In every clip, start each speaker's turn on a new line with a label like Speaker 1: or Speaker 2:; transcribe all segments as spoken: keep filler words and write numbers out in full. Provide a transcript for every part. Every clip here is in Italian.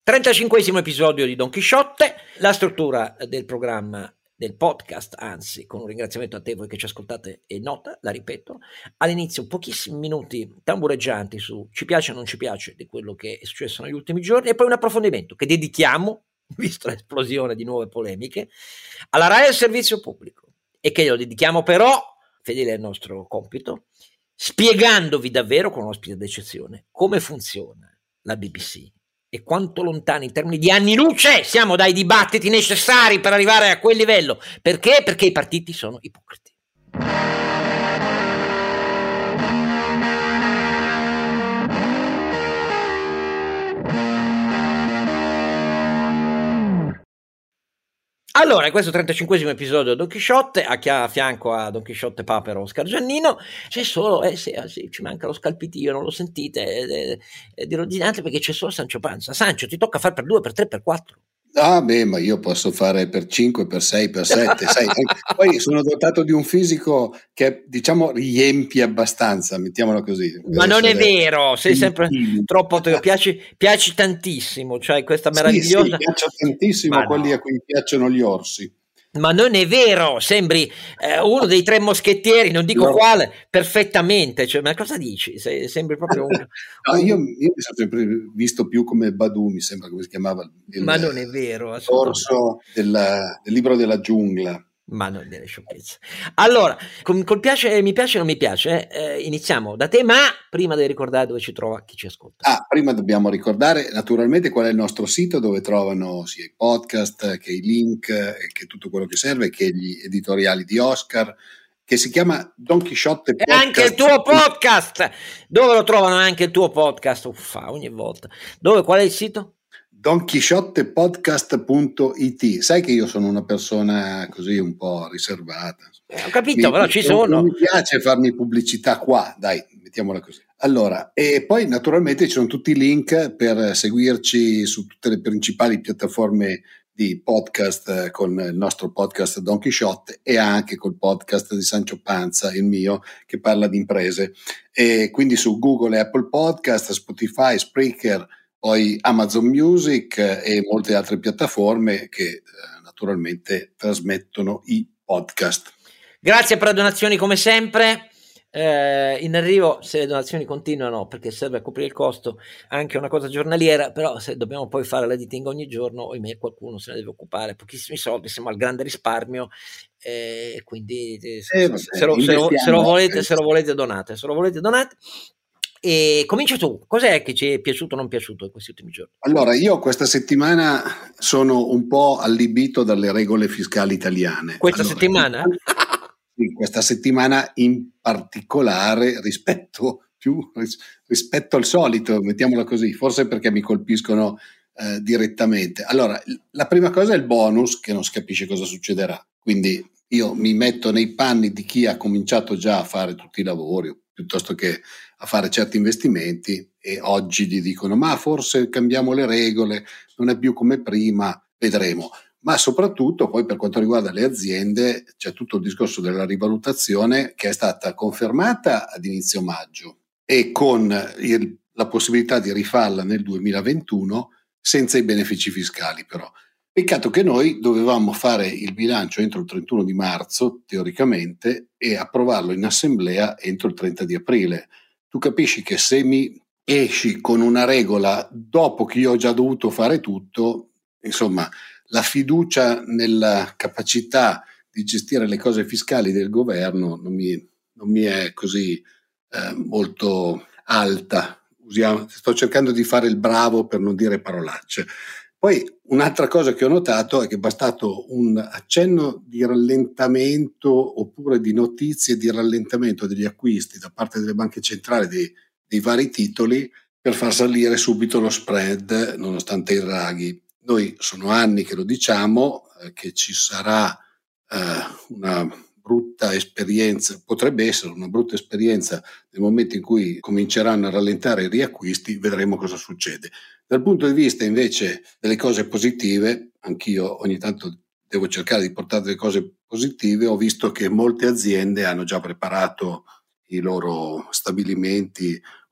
Speaker 1: trentacinquesimo episodio di Don Chisciotte. La struttura del programma, del podcast, anzi, con un ringraziamento a te voi che ci ascoltate, è nota, la ripeto. All'inizio pochissimi minuti tambureggianti su ci piace o non ci piace di quello che è successo negli ultimi giorni, e poi un approfondimento che dedichiamo, visto l'esplosione di nuove polemiche, alla RAI e al servizio pubblico, e che lo dedichiamo però, fedele al nostro compito, spiegandovi davvero, con un ospite d'eccezione, come funziona la B B C e quanto lontani in termini di anni luce siamo dai dibattiti necessari per arrivare a quel livello. Perché? Perché i partiti sono ipocriti. Allora, in questo trentacinquesimo episodio di Don Chisciotte, a, chi a fianco a Don Chisciotte Papero Oscar Giannino, c'è solo, eh, sì, sì, ci manca lo scalpitio, non lo sentite, eh, eh, di rodinante, perché c'è solo Sancio Panza. Sancio, ti tocca fare per due, per tre, per quattro.
Speaker 2: Ah beh, ma io posso fare per cinque, per sei, per sette, sai. Poi sono dotato di un fisico che, diciamo, riempie abbastanza, mettiamola così.
Speaker 1: Ma non è vero, sei sempre troppo, te piaci, piaci tantissimo, cioè questa meravigliosa...
Speaker 2: Sì, sì, piaccio tantissimo
Speaker 1: ma
Speaker 2: a quelli
Speaker 1: no.
Speaker 2: a cui piacciono gli orsi.
Speaker 1: Ma non è vero, sembri eh, uno dei tre moschettieri, non dico
Speaker 2: no.
Speaker 1: quale, perfettamente, cioè, ma cosa dici? Se, sembri proprio un...
Speaker 2: no, io, io mi sono sempre visto più come Badu, mi sembra, come si chiamava il,
Speaker 1: ma non è vero,
Speaker 2: l'orso del, del libro della giungla.
Speaker 1: Ma non dire sciocchezze. Allora, con, col piace, mi piace o non mi piace, eh, iniziamo da te, ma prima devi ricordare dove ci trova chi ci ascolta.
Speaker 2: Ah, prima dobbiamo ricordare naturalmente qual è il nostro sito, dove trovano sia i podcast che i link, che tutto quello che serve, che gli editoriali di Oscar, che si chiama Don Chisciotte
Speaker 1: Podcast. E anche il tuo podcast! Dove lo trovano anche il tuo podcast? Uffa, ogni volta. Dove, qual è il sito?
Speaker 2: don chisciotte podcast punto it. Sai che io sono una persona così un po' riservata.
Speaker 1: Eh, ho capito, mi, però ci
Speaker 2: non,
Speaker 1: sono.
Speaker 2: Non mi piace farmi pubblicità qua, dai, mettiamola così. Allora, e poi naturalmente ci sono tutti i link per seguirci su tutte le principali piattaforme di podcast, con il nostro podcast Don Chisciotte e anche col podcast di Sancio Panza, il mio, che parla di imprese. E quindi su Google e Apple Podcast, Spotify, Spreaker, poi Amazon Music e molte altre piattaforme che eh, naturalmente trasmettono i podcast.
Speaker 1: Grazie per le donazioni come sempre. Eh, in arrivo, se le donazioni continuano, perché serve a coprire il costo, anche una cosa giornaliera, però se dobbiamo poi fare l'editing ogni giorno, ohimè, qualcuno se ne deve occupare, pochissimi soldi, siamo al grande risparmio, e eh, quindi eh, se, eh, se, se, lo, se, lo, se lo volete, se lo volete donate, se lo volete donate. E comincia tu, cos'è che ci è piaciuto o non piaciuto in questi ultimi giorni?
Speaker 2: Allora, io questa settimana sono un po' allibito dalle regole fiscali italiane.
Speaker 1: Questa
Speaker 2: allora,
Speaker 1: settimana?
Speaker 2: Sì, questa settimana in particolare rispetto, più, rispetto al solito, mettiamola così, forse perché mi colpiscono eh, direttamente. Allora, la prima cosa è il bonus, che non si capisce cosa succederà, quindi io mi metto nei panni di chi ha cominciato già a fare tutti i lavori, piuttosto che a fare certi investimenti, e oggi gli dicono ma forse cambiamo le regole, non è più come prima, vedremo. Ma soprattutto poi per quanto riguarda le aziende c'è tutto il discorso della rivalutazione che è stata confermata ad inizio maggio e con il, la possibilità di rifarla nel duemilaventuno senza i benefici fiscali però. Peccato che noi dovevamo fare il bilancio entro il trentuno di marzo, teoricamente, e approvarlo in assemblea entro il trenta di aprile. Tu capisci che se mi esci con una regola dopo che io ho già dovuto fare tutto, insomma, la fiducia nella capacità di gestire le cose fiscali del governo non mi, non mi è così eh, molto alta. Usiamo, sto cercando di fare il bravo per non dire parolacce. Poi un'altra cosa che ho notato è che è bastato un accenno di rallentamento oppure di notizie di rallentamento degli acquisti da parte delle banche centrali dei, dei vari titoli per far salire subito lo spread nonostante i draghi. Noi sono anni che lo diciamo, eh, che ci sarà eh, una brutta esperienza, potrebbe essere una brutta esperienza nel momento in cui cominceranno a rallentare i riacquisti, vedremo cosa succede. Dal punto di vista invece delle cose positive, anch'io ogni tanto devo cercare di portare delle cose positive, ho visto che molte aziende hanno già preparato i loro stabilimenti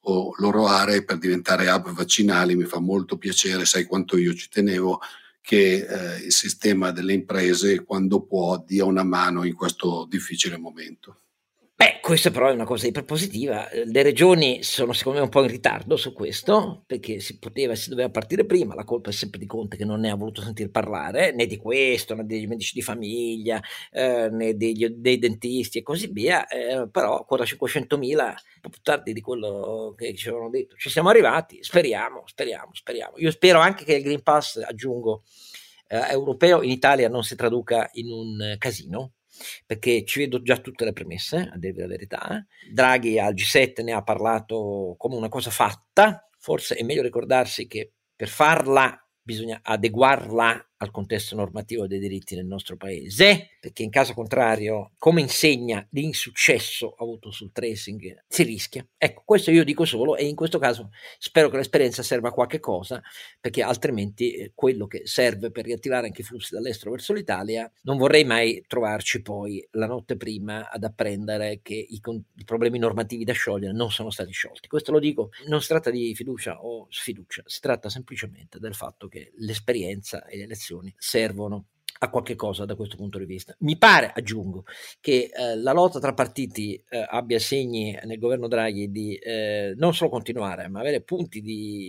Speaker 2: o loro aree per diventare hub vaccinali. Mi fa molto piacere, sai quanto io ci tenevo che eh, il sistema delle imprese, quando può, dia una mano in questo difficile momento.
Speaker 1: Beh, questa però è una cosa iperpositiva. Le regioni sono secondo me un po' in ritardo su questo, perché si poteva, si doveva partire prima. La colpa è sempre di Conte, che non ne ha voluto sentir parlare, né di questo, né dei medici di famiglia, eh, né degli, dei dentisti e così via. Eh, però quota cinquecentomila, un po' più tardi di quello che ci avevano detto. Ci siamo arrivati, speriamo, speriamo, speriamo. Io spero anche che il Green Pass, aggiungo, eh, europeo in Italia non si traduca in un casino, perché ci vedo già tutte le premesse, a dirvi la verità. Draghi al G sette ne ha parlato come una cosa fatta. Forse è meglio ricordarsi che per farla bisogna adeguarla al contesto normativo dei diritti nel nostro paese, perché in caso contrario, come insegna l'insuccesso avuto sul tracing, si rischia. Ecco, questo io dico solo, e in questo caso spero che l'esperienza serva a qualche cosa, perché altrimenti eh, quello che serve per riattivare anche i flussi dall'estero verso l'Italia, non vorrei mai trovarci poi la notte prima ad apprendere che i, con- i problemi normativi da sciogliere non sono stati sciolti. Questo lo dico, non si tratta di fiducia o sfiducia, si tratta semplicemente del fatto che l'esperienza e le elezioni servono a qualche cosa da questo punto di vista. Mi pare, aggiungo, che eh, la lotta tra partiti eh, abbia segni nel governo Draghi di eh, non solo continuare, ma avere punti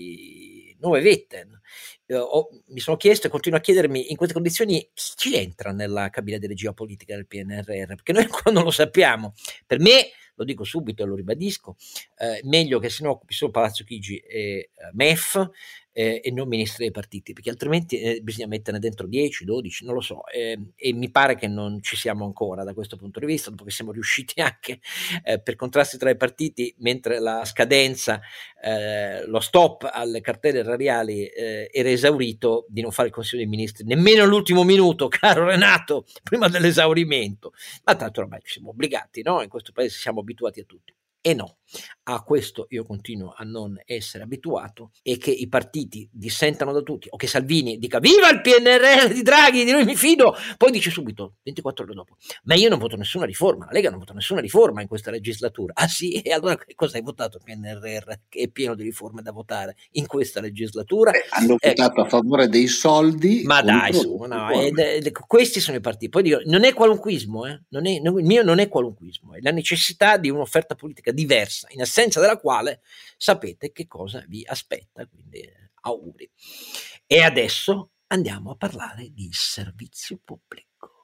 Speaker 1: di nuove vette. Eh, ho, mi sono chiesto e continuo a chiedermi in queste condizioni chi ci entra nella cabina di regia politica del P N R R, perché noi ancora non lo sappiamo. Per me, lo dico subito e lo ribadisco, eh, meglio che se ne occupi solo Palazzo Chigi e uh, M E F eh, e non ministri dei partiti, perché altrimenti eh, bisogna metterne dentro dieci, dodici, non lo so, eh, e mi pare che non ci siamo ancora da questo punto di vista, dopo che siamo riusciti anche eh, per contrasti tra i partiti, mentre la scadenza, eh, lo stop alle cartelle erariali eh, era esaurito, di non fare il Consiglio dei Ministri nemmeno all'ultimo minuto, caro Renato, prima dell'esaurimento. Ma tanto ormai ci siamo obbligati, no? In questo paese siamo abituati a tutti. E no, a questo io continuo a non essere abituato, e che i partiti dissentano da tutti, o che Salvini dica viva il P N R R di Draghi, di lui mi fido, poi dice subito, ventiquattro ore dopo, ma io non voto nessuna riforma, la Lega non vota nessuna riforma in questa legislatura. Ah sì? E allora cosa hai votato il P N R R, che è pieno di riforme da votare in questa legislatura?
Speaker 2: Eh, hanno
Speaker 1: ecco.
Speaker 2: votato a favore dei soldi.
Speaker 1: Ma dai, su, no, ed, ed, questi sono i partiti. Poi dico, non è qualunquismo, eh? non è, non, il mio non è qualunquismo, è la necessità di un'offerta politica diversa, in assenza della quale sapete che cosa vi aspetta, quindi eh, auguri. E adesso andiamo a parlare di servizio pubblico.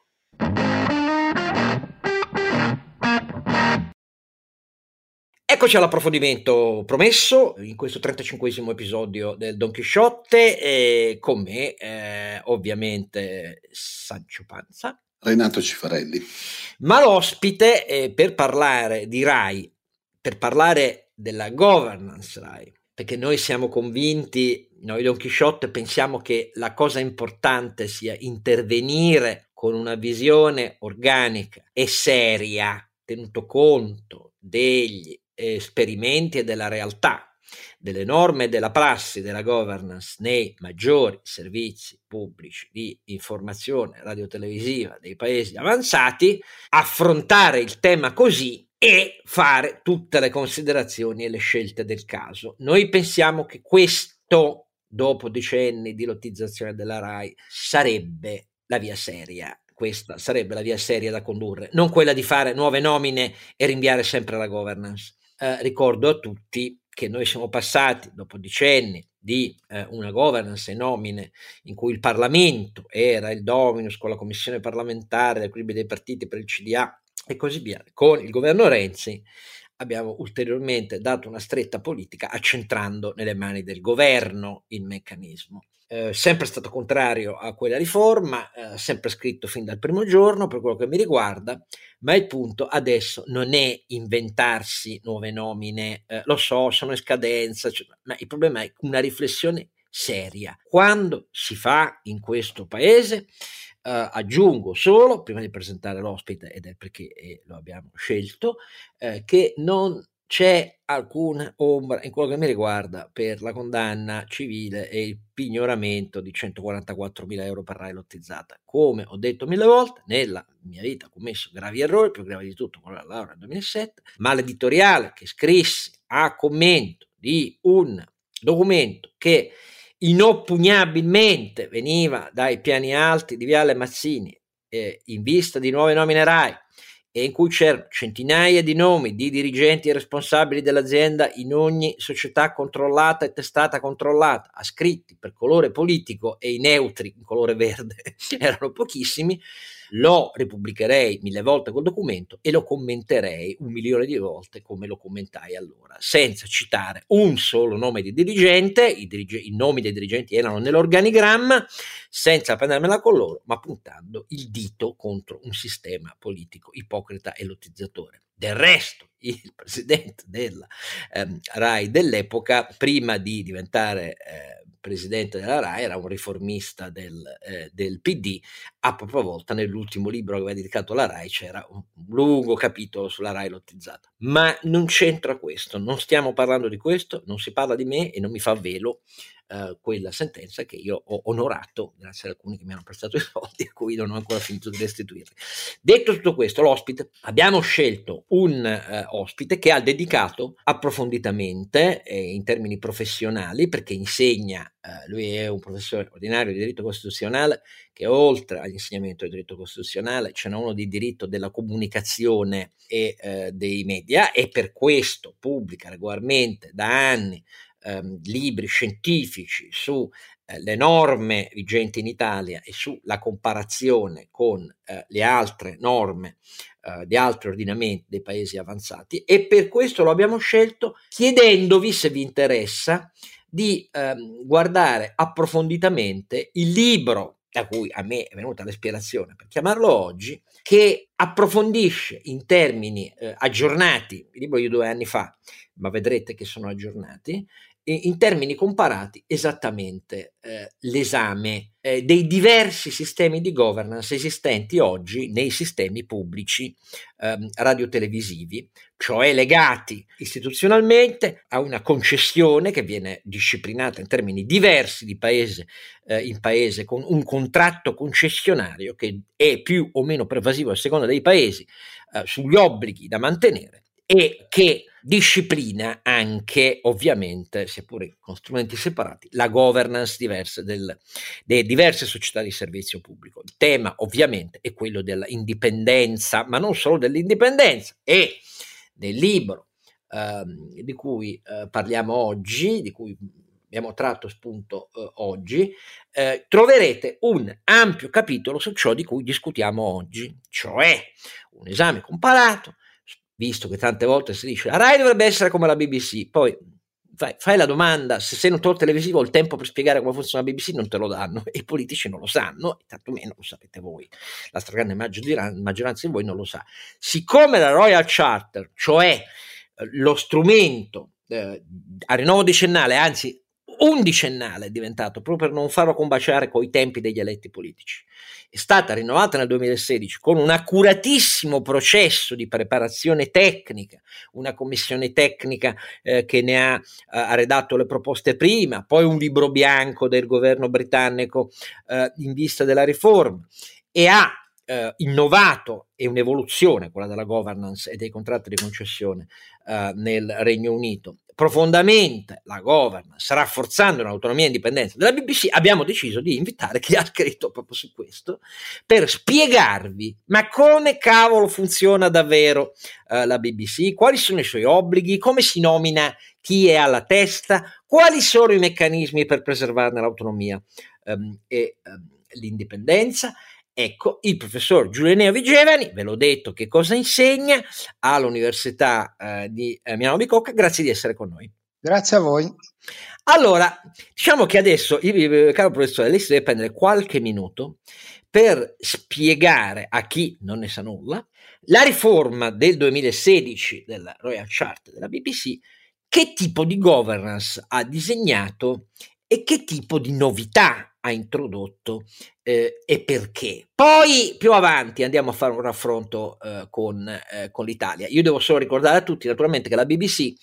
Speaker 1: Eccoci all'approfondimento promesso in questo trentacinquesimo episodio del Don Chisciotte, e con me eh, ovviamente Sancio Panza,
Speaker 2: Renato Cifarelli.
Speaker 1: Ma l'ospite eh, per parlare di Rai, per parlare della governance Rai, perché noi siamo convinti, noi Don Chisciotte pensiamo che la cosa importante sia intervenire con una visione organica e seria, tenuto conto degli esperimenti e della realtà, delle norme e della prassi della governance nei maggiori servizi pubblici di informazione radiotelevisiva dei paesi avanzati, affrontare il tema così e fare tutte le considerazioni e le scelte del caso. Noi pensiamo che questo, dopo decenni di lottizzazione della Rai, sarebbe la via seria. Questa sarebbe la via seria da condurre, non quella di fare nuove nomine e rinviare sempre la governance. Eh, ricordo a tutti che noi siamo passati, dopo decenni di eh, una governance e nomine in cui il Parlamento era il dominus con la commissione parlamentare dell'equilibrio dei partiti per il C D A e così via, con il governo Renzi abbiamo ulteriormente dato una stretta politica accentrando nelle mani del governo il meccanismo. Eh, sempre stato contrario a quella riforma, eh, sempre scritto fin dal primo giorno per quello che mi riguarda, ma il punto adesso non è inventarsi nuove nomine, eh, lo so, sono in scadenza, cioè, ma il problema è una riflessione seria. Quando si fa in questo paese, eh, aggiungo solo, prima di presentare l'ospite, ed è perché eh, lo abbiamo scelto, eh, che non c'è alcuna ombra in quello che mi riguarda per la condanna civile e il pignoramento di centoquarantaquattromila euro per Rai lottizzata. Come ho detto mille volte, nella mia vita ho commesso gravi errori, più gravi di tutto quello della laurea nel duemilasette, ma l'editoriale che scrissi a commento di un documento che inoppugnabilmente veniva dai piani alti di Viale Mazzini eh, in vista di nuove nomine RAI, e in cui c'erano centinaia di nomi di dirigenti e responsabili dell'azienda in ogni società controllata e testata controllata, ascritti per colore politico, e i neutri in colore verde erano pochissimi, lo ripubblicherei mille volte quel documento e lo commenterei un milione di volte come lo commentai allora, senza citare un solo nome di dirigente. I, dirige- i nomi dei dirigenti erano nell'organigramma, senza prendermela con loro, ma puntando il dito contro un sistema politico ipocrita e lottizzatore. Del resto, il presidente della ehm, RAI dell'epoca, prima di diventare eh, presidente della RAI, era un riformista del, eh, del P D. A propria volta, nell'ultimo libro che aveva dedicato alla RAI c'era un lungo capitolo sulla RAI lottizzata. Ma non c'entra questo, non stiamo parlando di questo, non si parla di me e non mi fa velo Uh, quella sentenza che io ho onorato grazie ad alcuni che mi hanno prestato i soldi, a cui non ho ancora finito di restituirli. Detto tutto questo, l'ospite, abbiamo scelto un uh, ospite che ha dedicato approfonditamente eh, in termini professionali, perché insegna, uh, lui è un professore ordinario di diritto costituzionale che oltre all'insegnamento del diritto costituzionale ce n'è uno di diritto della comunicazione e uh, dei media, e per questo pubblica regolarmente da anni Ehm, libri scientifici su eh, le norme vigenti in Italia e sulla comparazione con eh, le altre norme eh, di altri ordinamenti dei paesi avanzati, e per questo lo abbiamo scelto chiedendovi, se vi interessa, di ehm, guardare approfonditamente il libro da cui a me è venuta l'ispirazione per chiamarlo oggi, che approfondisce in termini eh, aggiornati, il libro di due anni fa, ma vedrete che sono aggiornati, in termini comparati esattamente eh, l'esame eh, dei diversi sistemi di governance esistenti oggi nei sistemi pubblici ehm, radiotelevisivi, cioè legati istituzionalmente a una concessione che viene disciplinata in termini diversi di paese eh, in paese, con un contratto concessionario che è più o meno pervasivo a seconda dei paesi eh, sugli obblighi da mantenere, e che disciplina anche, ovviamente, seppure con strumenti separati, la governance diversa del, delle diverse società di servizio pubblico. Il tema, ovviamente, è quello dell'indipendenza, ma non solo dell'indipendenza. E nel libro ehm, di cui eh, parliamo oggi, di cui abbiamo tratto spunto eh, oggi, eh, troverete un ampio capitolo su ciò di cui discutiamo oggi, cioè un esame comparato, visto che tante volte si dice la RAI dovrebbe essere come la B B C, poi fai, fai la domanda, se sei un talk televisivo il tempo per spiegare come funziona la B B C non te lo danno, e i politici non lo sanno, e tantomeno lo sapete voi, la stragrande maggioranza di voi non lo sa. Siccome la Royal Charter, cioè eh, lo strumento eh, a rinnovo decennale, anzi undicennale è diventato, proprio per non farlo combaciare coi tempi degli eletti politici, è stata rinnovata nel duemilasedici con un accuratissimo processo di preparazione tecnica, una commissione tecnica eh, che ne ha, ha redatto le proposte prima, poi un libro bianco del governo britannico eh, in vista della riforma, e ha eh, innovato, e un'evoluzione quella della governance e dei contratti di concessione eh, nel Regno Unito profondamente la governance, rafforzando l'autonomia e indipendenza della B B C. Abbiamo deciso di invitare chi ha scritto proprio su questo, per spiegarvi ma come cavolo funziona davvero uh, la B B C, quali sono i suoi obblighi, come si nomina chi è alla testa, quali sono i meccanismi per preservarne l'autonomia um, e um, l'indipendenza. Ecco, il professor Giuliano Vigevani, ve l'ho detto che cosa insegna all'Università eh, di eh, Milano Bicocca. Grazie di essere con noi.
Speaker 3: Grazie a voi.
Speaker 1: Allora, diciamo che adesso, io, caro professore, lei si deve prendere qualche minuto per spiegare a chi non ne sa nulla la riforma del duemilasedici della Royal Charter della B B C, che tipo di governance ha disegnato e che tipo di novità ha introdotto eh, e perché. Poi più avanti andiamo a fare un raffronto eh, con, eh, con l'Italia. Io devo solo ricordare a tutti naturalmente che la B B C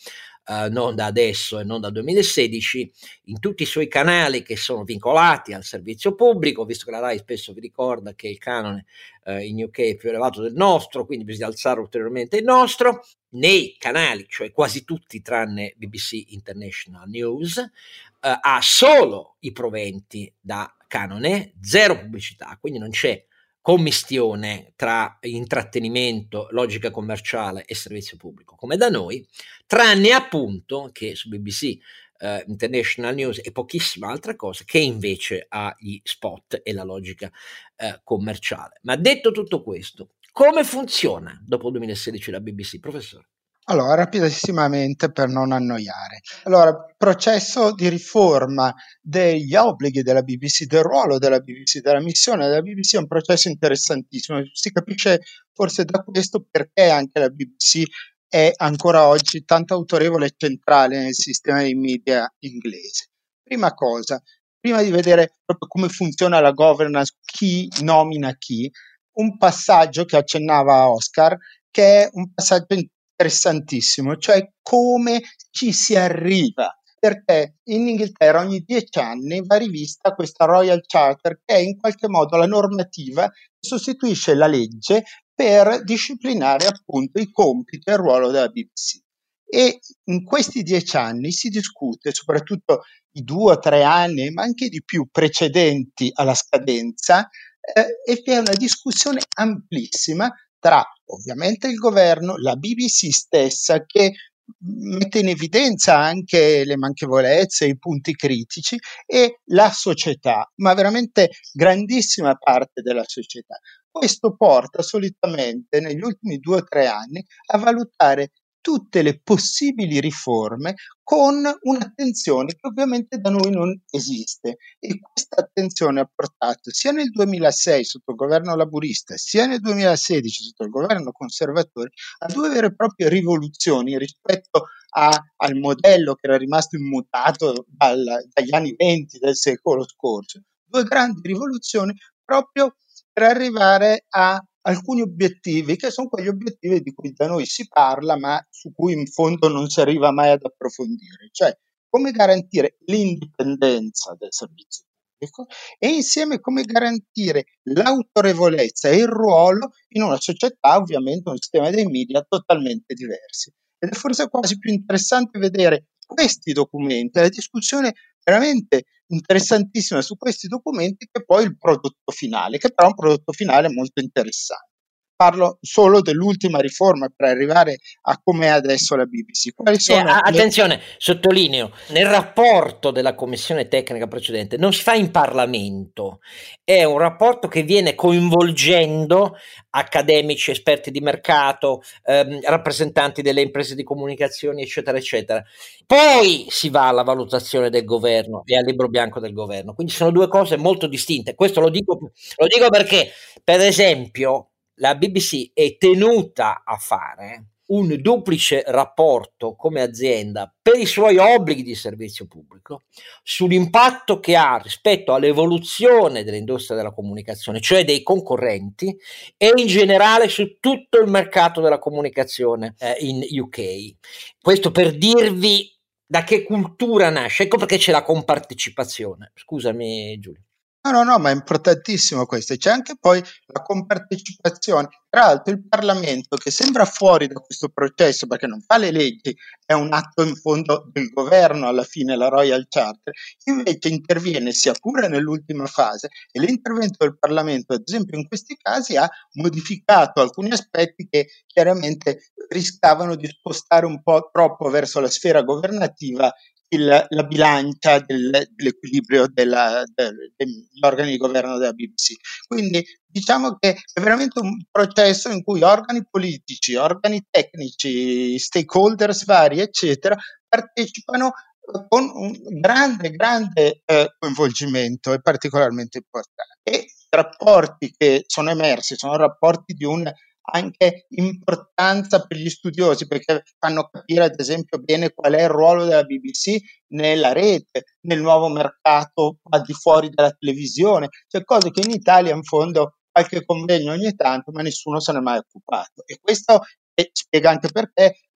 Speaker 1: uh, non da adesso e non dal duemilasedici, in tutti i suoi canali che sono vincolati al servizio pubblico, visto che la RAI spesso vi ricorda che il canone uh, in U K è più elevato del nostro, quindi bisogna alzare ulteriormente il nostro, nei canali, cioè quasi tutti tranne B B C International News, uh, ha solo i proventi da canone, zero pubblicità, quindi non c'è commistione tra intrattenimento, logica commerciale e servizio pubblico, come da noi, tranne appunto che su B B C uh, International News e pochissima altra cosa, che invece ha gli spot e la logica uh, commerciale. Ma detto tutto questo, come funziona dopo il duemilasedici la B B C, professore?
Speaker 3: Allora, rapidissimamente per non annoiare. Allora, processo di riforma degli obblighi della B B C, del ruolo della B B C, della missione della B B C è un processo interessantissimo. Si capisce forse da questo perché anche la B B C è ancora oggi tanto autorevole e centrale nel sistema dei media inglese. Prima cosa, prima di vedere proprio come funziona la governance, chi nomina chi, un passaggio che accennava Oscar, che è un passaggio interessantissimo, cioè come ci si arriva, perché in Inghilterra ogni dieci anni va rivista questa Royal Charter, che è in qualche modo la normativa che sostituisce la legge per disciplinare appunto i compiti e il ruolo della B B C. E in questi dieci anni si discute, soprattutto i due o tre anni, ma anche di più precedenti alla scadenza, eh, e vi è una discussione amplissima tra ovviamente il governo, la B B C stessa, che mette in evidenza anche le manchevolezze, i punti critici, e la società, ma veramente grandissima parte della società. Questo porta solitamente negli ultimi due o tre anni a valutare tutte le possibili riforme con un'attenzione che ovviamente da noi non esiste, e questa attenzione ha portato sia nel duemilasei sotto il governo laburista sia nel duemilasedici sotto il governo conservatore a due vere e proprie rivoluzioni rispetto a, al modello che era rimasto immutato dal, dagli anni venti del secolo scorso, due grandi rivoluzioni proprio per arrivare a alcuni obiettivi che sono quegli obiettivi di cui da noi si parla ma su cui in fondo non si arriva mai ad approfondire, cioè come garantire l'indipendenza del servizio pubblico e insieme come garantire l'autorevolezza e il ruolo in una società, ovviamente un sistema dei media totalmente diversi. Ed è forse quasi più interessante vedere questi documenti, la discussione veramente interessantissima su questi documenti, che poi il prodotto finale, che però è un prodotto finale molto interessante. Parlo solo dell'ultima riforma per arrivare a come è adesso la B B C. Quali sono
Speaker 1: eh, attenzione, le... sottolineo, nel rapporto della commissione tecnica precedente non si fa in Parlamento, è un rapporto che viene coinvolgendo accademici, esperti di mercato, ehm, rappresentanti delle imprese di comunicazione, eccetera, eccetera. Poi si va alla valutazione del governo e al libro bianco del governo, quindi sono due cose molto distinte. Questo lo dico, lo dico perché, per esempio, la B B C è tenuta a fare un duplice rapporto come azienda per i suoi obblighi di servizio pubblico sull'impatto che ha rispetto all'evoluzione dell'industria della comunicazione, cioè dei concorrenti, e in generale su tutto il mercato della comunicazione eh, in U K. Questo per dirvi da che cultura nasce, ecco perché c'è la compartecipazione. Scusami Giulio.
Speaker 3: No, no, no, ma è importantissimo questo. C'è anche poi la compartecipazione. Tra l'altro il Parlamento, che sembra fuori da questo processo perché non fa le leggi, è un atto in fondo del governo, alla fine la Royal Charter, invece interviene sia pure nell'ultima fase, e l'intervento del Parlamento, ad esempio in questi casi, ha modificato alcuni aspetti che chiaramente rischiavano di spostare un po' troppo verso la sfera governativa Il, la bilancia del, dell'equilibrio della, del, degli organi di governo della B B C. Quindi diciamo che è veramente un processo in cui organi politici, organi tecnici, stakeholders vari, eccetera, partecipano con un grande, grande eh, coinvolgimento, è particolarmente importante. E i rapporti che sono emersi sono rapporti di un anche importanza per gli studiosi, perché fanno capire ad esempio bene qual è il ruolo della B B C nella rete, nel nuovo mercato al di fuori della televisione, cioè cose che in Italia in fondo qualche convegno ogni tanto, ma nessuno se ne è mai occupato. E questo spiega anche perché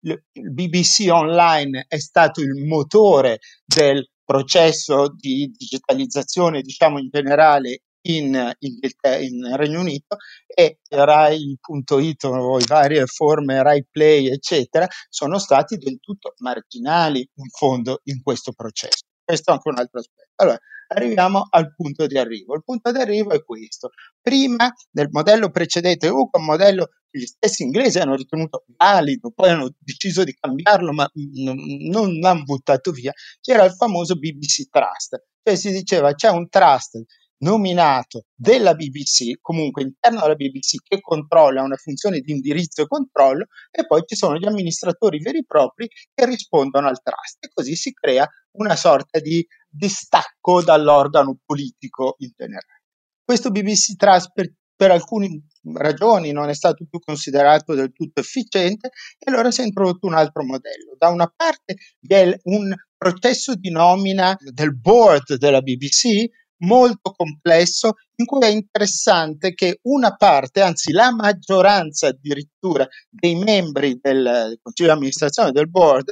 Speaker 3: il B B C Online è stato il motore del processo di digitalizzazione, diciamo in generale, in, in, in Regno Unito, e Rai punto it o le varie forme Rai Play eccetera sono stati del tutto marginali in fondo in questo processo. Questo è anche un altro aspetto. Allora, arriviamo al punto di arrivo. Il punto di arrivo è questo. Prima del modello precedente, uh, un modello che gli stessi inglesi hanno ritenuto valido, poi hanno deciso di cambiarlo, ma non, non l'hanno buttato via, c'era il famoso B B C Trust, cioè si diceva c'è un trust nominato della B B C, comunque interno alla B B C, che controlla una funzione di indirizzo e controllo, e poi ci sono gli amministratori veri e propri che rispondono al trust, e così si crea una sorta di distacco dall'organo politico in generale. Questo B B C Trust per, per alcune ragioni non è stato più considerato del tutto efficiente, e allora si è introdotto un altro modello. Da una parte vi è un processo di nomina del board della B B C molto complesso, in cui è interessante che una parte, anzi la maggioranza addirittura dei membri del consiglio di amministrazione del board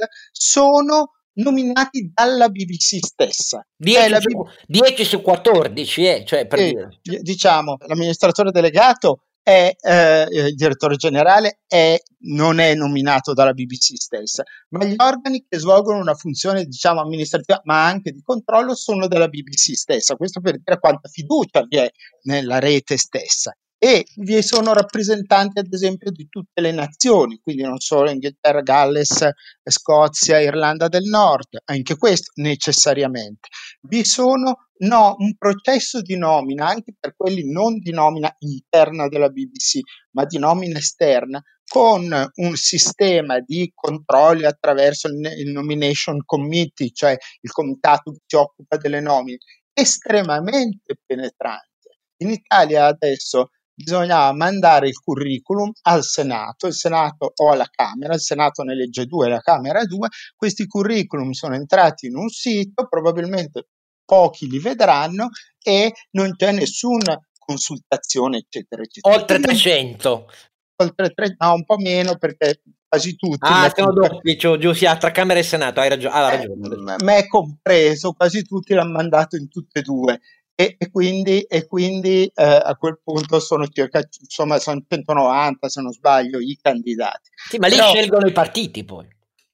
Speaker 3: sono nominati dalla B B C stessa.
Speaker 1: dieci su, dieci su quattordici, eh, cioè per
Speaker 3: eh,
Speaker 1: dire.
Speaker 3: Diciamo, l'amministratore delegato è eh, il direttore generale è, non è nominato dalla B B C stessa, ma gli organi che svolgono una funzione, diciamo, amministrativa ma anche di controllo sono della B B C stessa. Questo per dire quanta fiducia vi è nella rete stessa. E vi sono rappresentanti ad esempio di tutte le nazioni, quindi non solo Inghilterra, Galles, Scozia, Irlanda del Nord, anche questo necessariamente. Vi sono no, un processo di nomina anche per quelli non di nomina interna della B B C, ma di nomina esterna, con un sistema di controlli attraverso il Nomination Committee, cioè il comitato che si occupa delle nomine, estremamente penetrante. In Italia adesso bisognava mandare il curriculum al Senato, il Senato o alla Camera, il Senato ne legge due, la Camera due, questi curriculum sono entrati in un sito, probabilmente pochi li vedranno e non c'è nessuna consultazione eccetera eccetera.
Speaker 1: Oltre trecento.
Speaker 3: Oltre tre, no, un po' meno perché quasi tutti.
Speaker 1: Ah, sono doppi, giù, giù sia tra Camera e Senato, hai ragione. Ah,
Speaker 3: eh, ragione. Me compreso, quasi tutti l'hanno mandato in tutte e due. E, e quindi, e quindi eh, a quel punto sono circa, insomma, sono centonovanta se non sbaglio i candidati.
Speaker 1: Sì, ma lì Però, scelgono i partiti poi.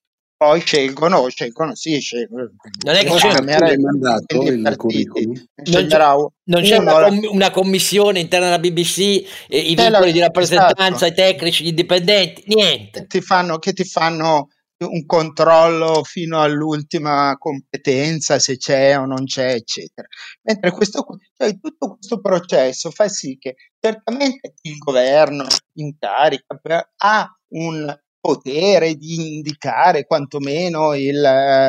Speaker 3: Poi scelgono, scelgono, sì, scelgono.
Speaker 1: Non è che
Speaker 2: c'è mandato il curriculum.
Speaker 1: Non c'è, non c'è una, com- una commissione interna alla B B C, eh, i vincoli di rappresentanza, esatto. I tecnici, gli indipendenti, niente.
Speaker 3: Che ti fanno, che ti fanno un controllo fino all'ultima competenza, se c'è o non c'è, eccetera. Mentre questo, cioè, tutto questo processo fa sì che certamente il governo in carica ha un potere di indicare quantomeno il,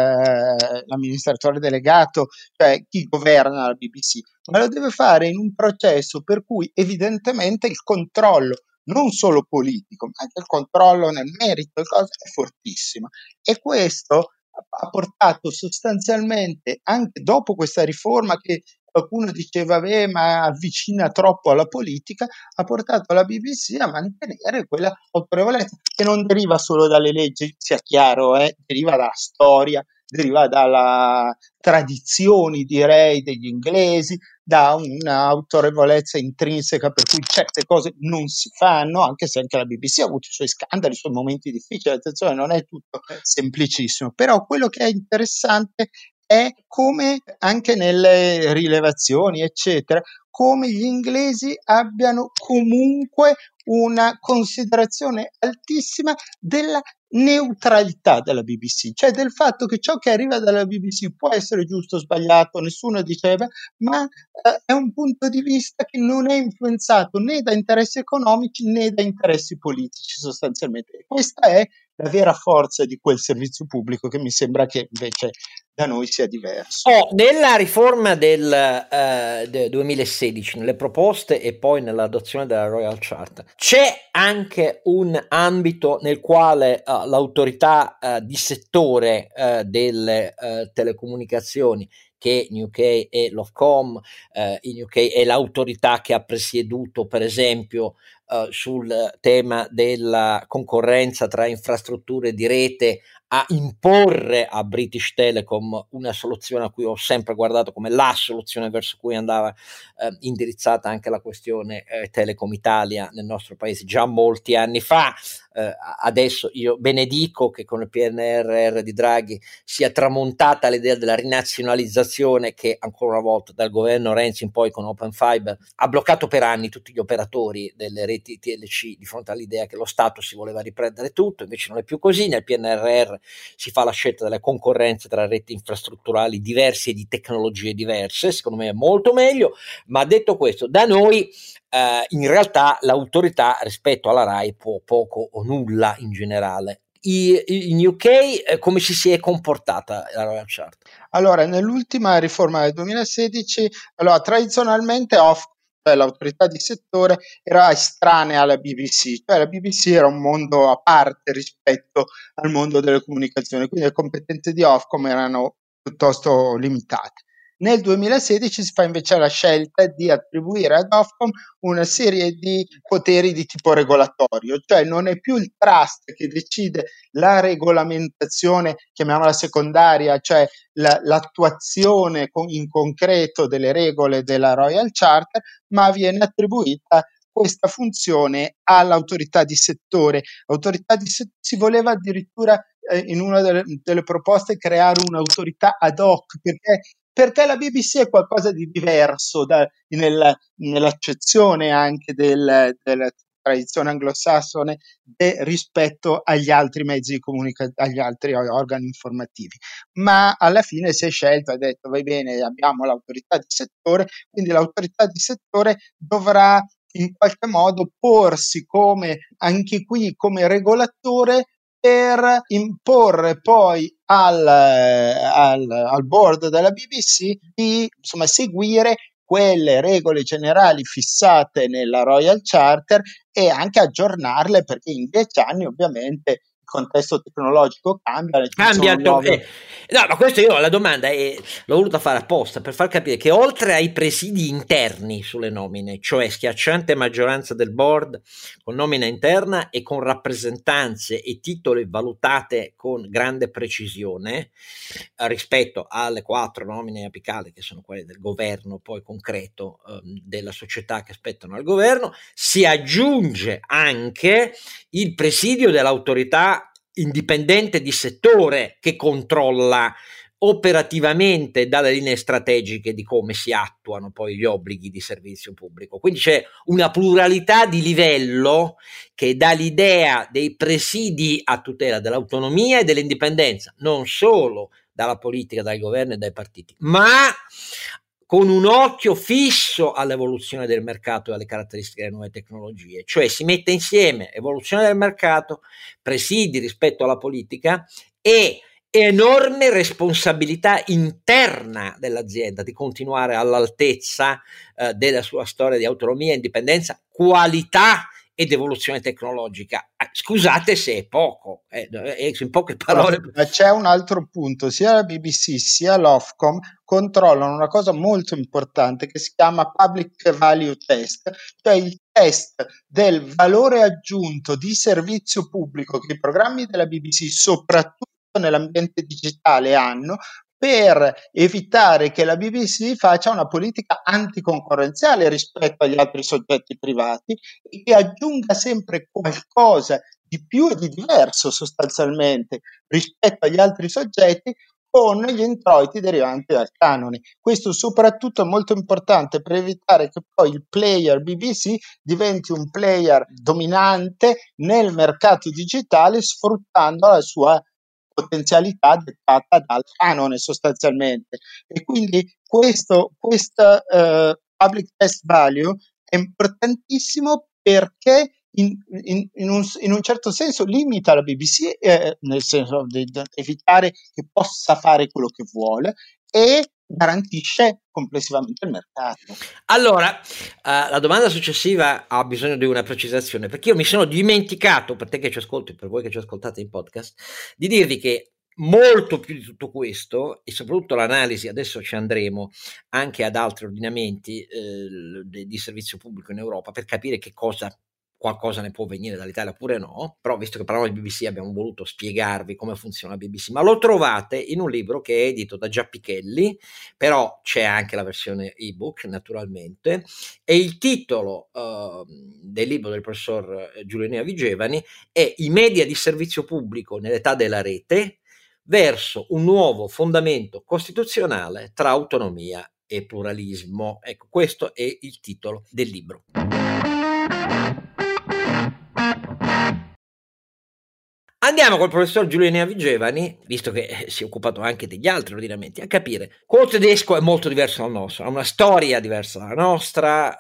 Speaker 3: eh, l'amministratore delegato, cioè chi governa la B B C, ma lo deve fare in un processo per cui evidentemente il controllo non solo politico, ma anche il controllo nel merito è fortissimo. E questo ha portato sostanzialmente, anche dopo questa riforma che qualcuno diceva beh, ma avvicina troppo alla politica, ha portato la B B C a mantenere quella autorevolezza che non deriva solo dalle leggi, sia chiaro, eh, deriva dalla storia, deriva dalla tradizioni, direi, degli inglesi, da un'autorevolezza intrinseca per cui certe cose non si fanno, anche se anche la B B C ha avuto i suoi scandali, i suoi momenti difficili, attenzione, non è tutto semplicissimo, però quello che è interessante è come anche nelle rilevazioni, eccetera, come gli inglesi abbiano comunque una considerazione altissima della neutralità della B B C, cioè del fatto che ciò che arriva dalla B B C può essere giusto o sbagliato, nessuno diceva, ma eh, è un punto di vista che non è influenzato né da interessi economici né da interessi politici sostanzialmente. Questa è la vera forza di quel servizio pubblico che mi sembra che invece da noi sia diverso.
Speaker 1: Oh, nella riforma del, uh, del duemilasedici, nelle proposte e poi nell'adozione della Royal Charter, c'è anche un ambito nel quale uh, l'autorità uh, di settore uh, delle uh, telecomunicazioni che in U K è l'Ofcom, eh, in U K è l'autorità che ha presieduto per esempio eh, sul tema della concorrenza tra infrastrutture di rete a imporre a British Telecom una soluzione a cui ho sempre guardato come la soluzione verso cui andava eh, indirizzata anche la questione eh, Telecom Italia nel nostro paese già molti anni fa. Eh, adesso io benedico che con il P N R R di Draghi sia tramontata l'idea della rinazionalizzazione che ancora una volta dal governo Renzi in poi con Open Fiber ha bloccato per anni tutti gli operatori delle reti T L C di fronte all'idea che lo Stato si voleva riprendere tutto. Invece non è più così. Nel P N R R si fa la scelta delle concorrenze tra reti infrastrutturali diverse e di tecnologie diverse, secondo me è molto meglio. Ma detto questo, da noi Uh, in realtà l'autorità rispetto alla RAI può poco o nulla in generale. I, in U K eh, come ci si è comportata la Royal Charter?
Speaker 3: Allora, nell'ultima riforma del duemilasedici, allora, tradizionalmente Ofcom, cioè l'autorità di settore, era estranea alla B B C, cioè la B B C era un mondo a parte rispetto al mondo delle comunicazioni, quindi le competenze di Ofcom erano piuttosto limitate. Nel duemilasedici si fa invece la scelta di attribuire ad Ofcom una serie di poteri di tipo regolatorio, cioè non è più il trust che decide la regolamentazione, chiamiamola secondaria, cioè la, l'attuazione con, in concreto delle regole della Royal Charter, ma viene attribuita questa funzione all'autorità di settore. L'autorità di settore si voleva addirittura eh, in una delle, delle proposte creare un'autorità ad hoc, perché perché la B B C è qualcosa di diverso da, nella, nell'accezione anche del, della tradizione anglosassone de, rispetto agli altri mezzi di comunicazione, agli altri organi informativi. Ma alla fine si è scelto, ha detto, va bene, abbiamo l'autorità di settore, quindi l'autorità di settore dovrà in qualche modo porsi come, anche qui, come regolatore per imporre poi al, al, al board della B B C di insomma seguire quelle regole generali fissate nella Royal Charter e anche aggiornarle, perché in dieci anni ovviamente il contesto tecnologico cambia.
Speaker 1: Cambia il nuove... eh, no, ma questo io la domanda è, l'ho voluta fare apposta per far capire che oltre ai presidi interni sulle nomine, cioè schiacciante maggioranza del board con nomina interna e con rappresentanze e titoli valutate con grande precisione eh, rispetto alle quattro nomine apicali che sono quelle del governo poi concreto eh, della società che aspettano al governo, si aggiunge anche il presidio dell'autorità indipendente di settore che controlla operativamente dalle linee strategiche di come si attuano poi gli obblighi di servizio pubblico. Quindi c'è una pluralità di livello che dà l'idea dei presidi a tutela dell'autonomia e dell'indipendenza, non solo dalla politica, dai governi e dai partiti, ma con un occhio fisso all'evoluzione del mercato e alle caratteristiche delle nuove tecnologie, cioè si mette insieme evoluzione del mercato, presidi rispetto alla politica e enorme responsabilità interna dell'azienda di continuare all'altezza eh, della sua storia di autonomia, indipendenza, qualità ed evoluzione tecnologica. Scusate se è poco, eh, in poche parole.
Speaker 3: Ma c'è un altro punto, sia la B B C sia l'Ofcom controllano una cosa molto importante che si chiama Public Value Test, cioè il test del valore aggiunto di servizio pubblico che i programmi della B B C, soprattutto nell'ambiente digitale, hanno, per evitare che la B B C faccia una politica anticoncorrenziale rispetto agli altri soggetti privati e che aggiunga sempre qualcosa di più e di diverso sostanzialmente rispetto agli altri soggetti con gli introiti derivanti dal canone. Questo soprattutto è molto importante per evitare che poi il player B B C diventi un player dominante nel mercato digitale sfruttando la sua potenzialità dettata dal canone sostanzialmente. E quindi questo questa uh, public test value è importantissimo perché in, in, in, un, in un certo senso limita la B B C eh, nel senso di, di evitare che possa fare quello che vuole e garantisce complessivamente il mercato.
Speaker 1: Allora, uh, la domanda successiva ha bisogno di una precisazione, perché io mi sono dimenticato, per te che ci ascolti, per voi che ci ascoltate in podcast, di dirvi che molto più di tutto questo, e soprattutto l'analisi, adesso ci andremo anche ad altri ordinamenti eh, di, di servizio pubblico in Europa per capire che cosa, qualcosa ne può venire dall'Italia oppure no, però visto che parliamo di B B C abbiamo voluto spiegarvi come funziona la B B C, ma lo trovate in un libro che è edito da Giappichelli, però c'è anche la versione ebook naturalmente, e il titolo uh, del libro del professor Giulio Enea Vigevani è I media di servizio pubblico nell'età della rete verso un nuovo fondamento costituzionale tra autonomia e pluralismo. Ecco, questo è il titolo del libro. Andiamo col professor Giulio Enea Vigevani, visto che si è occupato anche degli altri ordinamenti, a capire. Quello tedesco è molto diverso dal nostro, ha una storia diversa dalla nostra.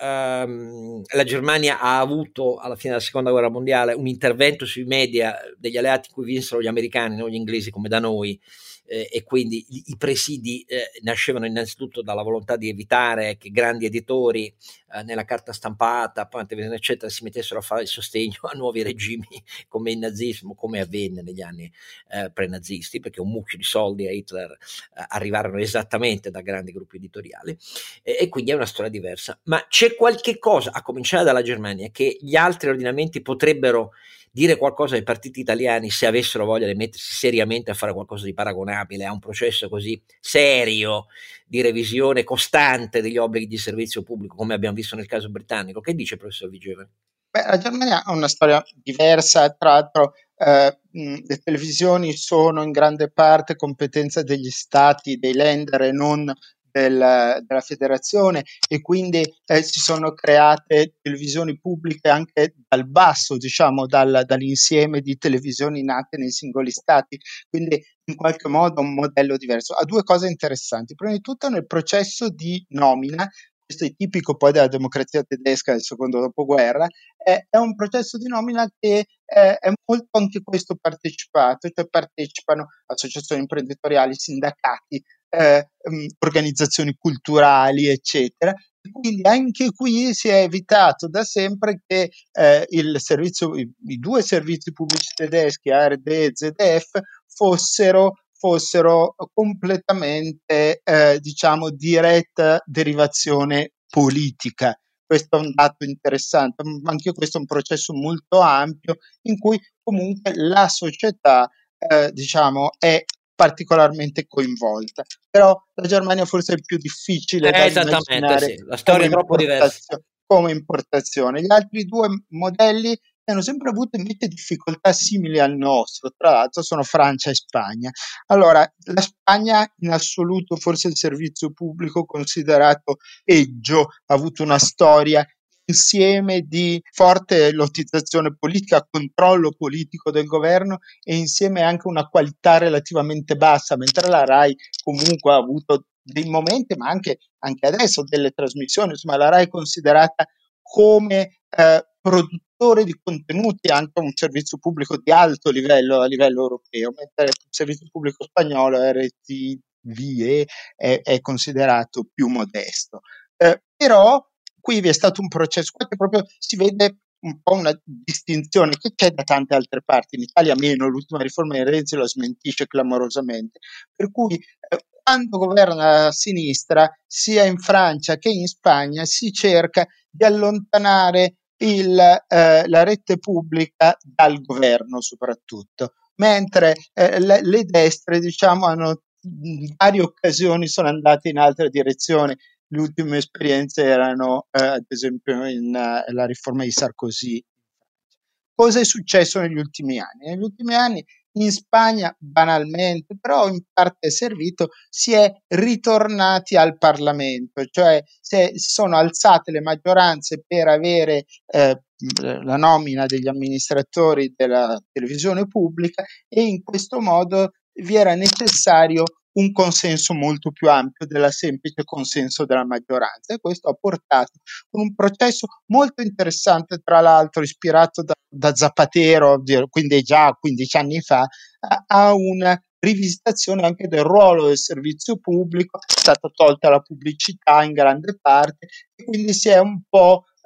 Speaker 1: Um, la Germania ha avuto alla fine della seconda guerra mondiale un intervento sui media degli alleati in cui vinsero gli americani, non gli inglesi come da noi, eh, e quindi i, i presidi eh, nascevano innanzitutto dalla volontà di evitare che grandi editori eh, nella carta stampata, poi televisione eccetera, si mettessero a fare il sostegno a nuovi regimi come il nazismo, come avvenne negli anni eh, pre-nazisti, perché un mucchio di soldi a Hitler eh, arrivarono esattamente da grandi gruppi editoriali, eh, e quindi è una storia diversa. Ma c'è qualche cosa, a cominciare dalla Germania, che gli altri ordinamenti potrebbero dire qualcosa ai partiti italiani se avessero voglia di mettersi seriamente a fare qualcosa di paragonabile a un processo così serio di revisione costante degli obblighi di servizio pubblico come abbiamo visto nel caso britannico? Che dice il professor Vigevani?
Speaker 3: Beh, la Germania ha una storia diversa, tra l'altro eh, mh, le televisioni sono in grande parte competenza degli stati, dei Länder e non del, della federazione, e quindi eh, si sono create televisioni pubbliche anche dal basso, diciamo dal, dall'insieme di televisioni nate nei singoli stati, quindi in qualche modo un modello diverso. Ha due cose interessanti. Prima di tutto nel processo di nomina, questo è tipico poi della democrazia tedesca del secondo dopoguerra, è, è un processo di nomina che è, è molto anche questo partecipato, cioè partecipano associazioni imprenditoriali, sindacati, eh, um, organizzazioni culturali, eccetera. Quindi anche qui si è evitato da sempre che eh, il servizio, i, i due servizi pubblici tedeschi, A R D e Z D F, fossero fossero completamente, eh, diciamo, diretta derivazione politica. Questo è un dato interessante, ma anche questo è un processo molto ampio in cui comunque la società, eh, diciamo, è particolarmente coinvolta. Però la Germania forse è il più difficile
Speaker 1: Eh,
Speaker 3: da
Speaker 1: esattamente,
Speaker 3: immaginare
Speaker 1: sì, la storia è troppo diversa.
Speaker 3: come importazione. Gli altri due modelli hanno sempre avuto invece difficoltà simili al nostro, tra l'altro sono Francia e Spagna. Allora, la Spagna in assoluto forse il servizio pubblico considerato peggio, ha avuto una storia insieme di forte lottizzazione politica, controllo politico del governo e insieme anche una qualità relativamente bassa, mentre la RAI comunque ha avuto dei momenti, ma anche, anche adesso delle trasmissioni, insomma la RAI è considerata come eh, produttore di contenuti, anche un servizio pubblico di alto livello a livello europeo, mentre il servizio pubblico spagnolo R T V E è, è considerato più modesto. Eh, però qui vi è stato un processo, qua che proprio si vede un po' una distinzione che c'è da tante altre parti, in Italia meno, l'ultima riforma di Renzi lo smentisce clamorosamente, per cui eh, quando governa la sinistra, sia in Francia che in Spagna, si cerca di allontanare il, eh, la rete pubblica dal governo soprattutto, mentre eh, le, le destre, diciamo, hanno in varie occasioni sono andate in altra direzione. Le ultime esperienze erano, eh, ad esempio, in, uh, la riforma di Sarkozy. Cosa è successo negli ultimi anni? Negli ultimi anni in Spagna, banalmente, però in parte è servito, si è ritornati al Parlamento, cioè si sono alzate le maggioranze per avere eh, la nomina degli amministratori della televisione pubblica, e in questo modo vi era necessario un consenso molto più ampio del semplice consenso della maggioranza, e questo ha portato con un processo molto interessante, tra l'altro ispirato da, da Zapatero, quindi già quindici anni fa, a, a una rivisitazione anche del ruolo del servizio pubblico. È stata tolta la pubblicità in grande parte e quindi si è un po'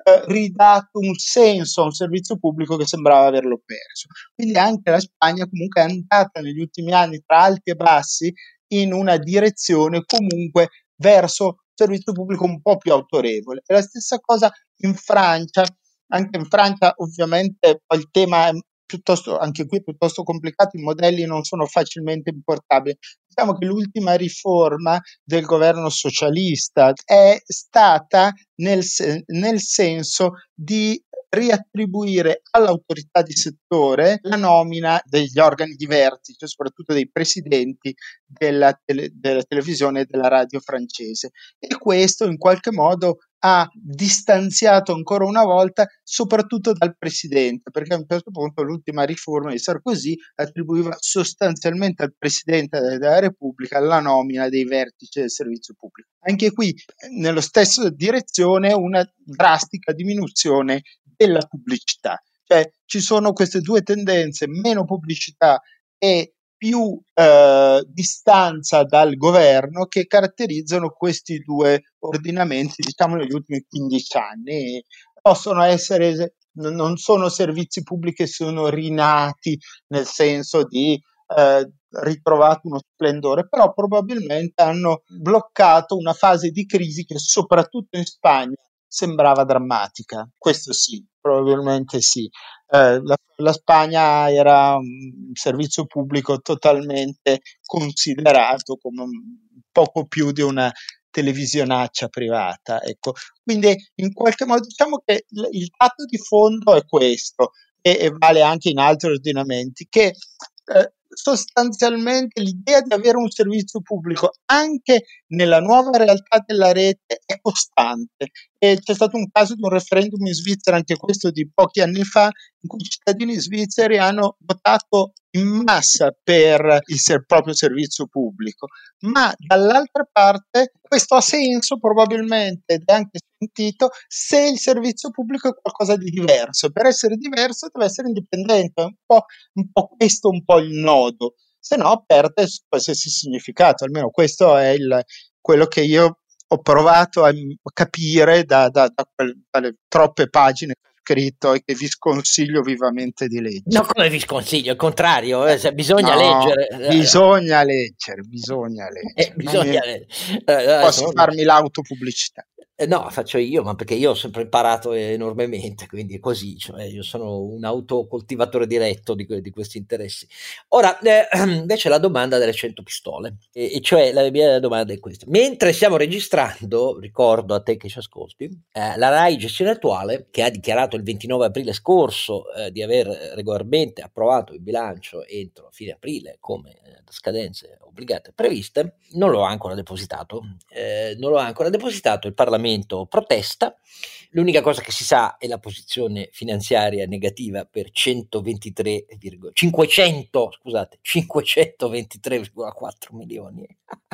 Speaker 3: eh, ridato un senso a un servizio pubblico che sembrava averlo perso. Quindi anche la Spagna comunque è andata negli ultimi anni, tra alti e bassi, in una direzione comunque verso un servizio pubblico un po' più autorevole. E la stessa cosa in Francia. Anche in Francia ovviamente il tema è piuttosto, anche qui piuttosto complicato, i modelli non sono facilmente importabili. Diciamo che l'ultima riforma del governo socialista è stata nel, nel senso di riattribuire all'autorità di settore la nomina degli organi di vertice, soprattutto dei presidenti della, tele, della televisione e della radio francese. E questo in qualche modo ha distanziato ancora una volta soprattutto dal presidente, perché a un certo punto l'ultima riforma di Sarkozy attribuiva sostanzialmente al presidente della Repubblica la nomina dei vertici del servizio pubblico. Anche qui, nello stesso direzione, una drastica diminuzione della pubblicità. Cioè ci sono queste due tendenze, meno pubblicità e più eh, distanza dal governo, che caratterizzano questi due ordinamenti, diciamo, negli ultimi quindici anni. Possono essere, non sono servizi pubblici che sono rinati nel senso di eh, ritrovato uno splendore, però probabilmente hanno bloccato una fase di crisi che soprattutto in Spagna sembrava drammatica. Questo sì, probabilmente sì. Eh, la, la Spagna era un servizio pubblico totalmente considerato come un, poco più di una televisionaccia privata, ecco. Quindi in qualche modo diciamo che il, il dato di fondo è questo, e, e vale anche in altri ordinamenti, che eh, sostanzialmente l'idea di avere un servizio pubblico anche nella nuova realtà della rete è costante. E c'è stato un caso di un referendum in Svizzera, anche questo di pochi anni fa, in cui i cittadini svizzeri hanno votato in massa per il ser- proprio servizio pubblico, ma dall'altra parte questo ha senso probabilmente ed è anche sentito se il servizio pubblico è qualcosa di diverso. Per essere diverso deve essere indipendente, è un po', un po' questo un po' il nodo, se no perde qualsiasi significato. Almeno questo è il, quello che io ho provato a capire da, da, da quel, dalle troppe pagine che ho scritto e che vi sconsiglio vivamente di leggere.
Speaker 1: No, come vi sconsiglio? Al contrario, eh, se bisogna
Speaker 3: no,
Speaker 1: leggere.
Speaker 3: Bisogna leggere, bisogna leggere.
Speaker 1: Eh, bisogna
Speaker 3: mi...
Speaker 1: leggere. Eh,
Speaker 3: Posso
Speaker 1: no,
Speaker 3: farmi l'autopubblicità?
Speaker 1: Eh, no, faccio io, ma perché io ho sempre imparato enormemente, quindi è così, cioè io sono un autocoltivatore diretto di, di questi interessi. Ora, eh, invece la domanda delle cento pistole, e, e cioè la mia domanda è questa. Mentre stiamo registrando, ricordo a te che ci ascolti, eh, la RAI gestione attuale, che ha dichiarato il ventinove aprile scorso eh, di aver regolarmente approvato il bilancio entro fine aprile, come eh, scadenze obbligate previste, non lo ha ancora depositato, eh, non lo ha ancora depositato, il Parlamento protesta, l'unica cosa che si sa è la posizione finanziaria negativa per centoventitré, cinquecento, scusate, cinquecentoventitré virgola quattro milioni.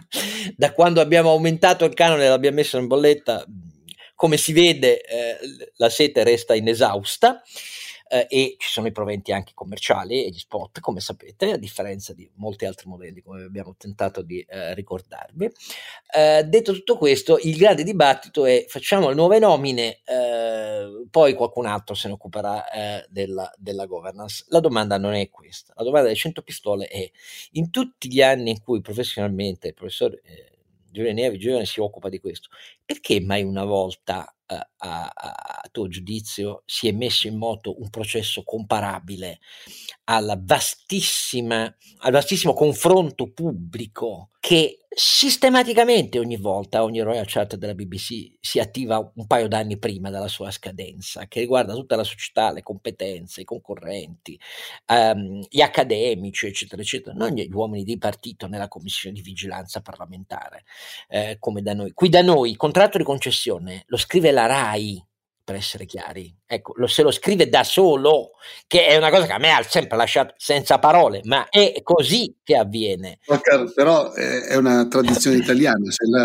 Speaker 1: Da quando abbiamo aumentato il canone e l'abbiamo messo in bolletta, come si vede, eh, la sete resta inesausta. Eh, e ci sono i proventi anche commerciali e gli spot, come sapete, a differenza di molti altri modelli, come abbiamo tentato di eh, ricordarvi. Eh, detto tutto questo, il grande dibattito è: facciamo le nuove nomine, eh, poi qualcun altro se ne occuperà eh, della, della governance. La domanda non è questa, la domanda delle cento pistole è: in tutti gli anni in cui professionalmente il professor eh, Giulia Nievi Giovane si occupa di questo, perché mai una volta uh, a, a tuo giudizio si è messo in moto un processo comparabile alla vastissima, al vastissimo confronto pubblico che sistematicamente ogni volta, ogni Royal Charter della B B C si attiva un paio d'anni prima della sua scadenza, che riguarda tutta la società, le competenze, i concorrenti, um, gli accademici, eccetera, eccetera, non gli uomini di partito nella commissione di vigilanza parlamentare, eh, come da noi. Qui da noi il contratto di concessione lo scrive la RAI, per essere chiari, ecco, lo, se lo scrive da solo, che è una cosa che a me ha sempre lasciato senza parole, ma è così che avviene.
Speaker 2: Però è una tradizione italiana, se la,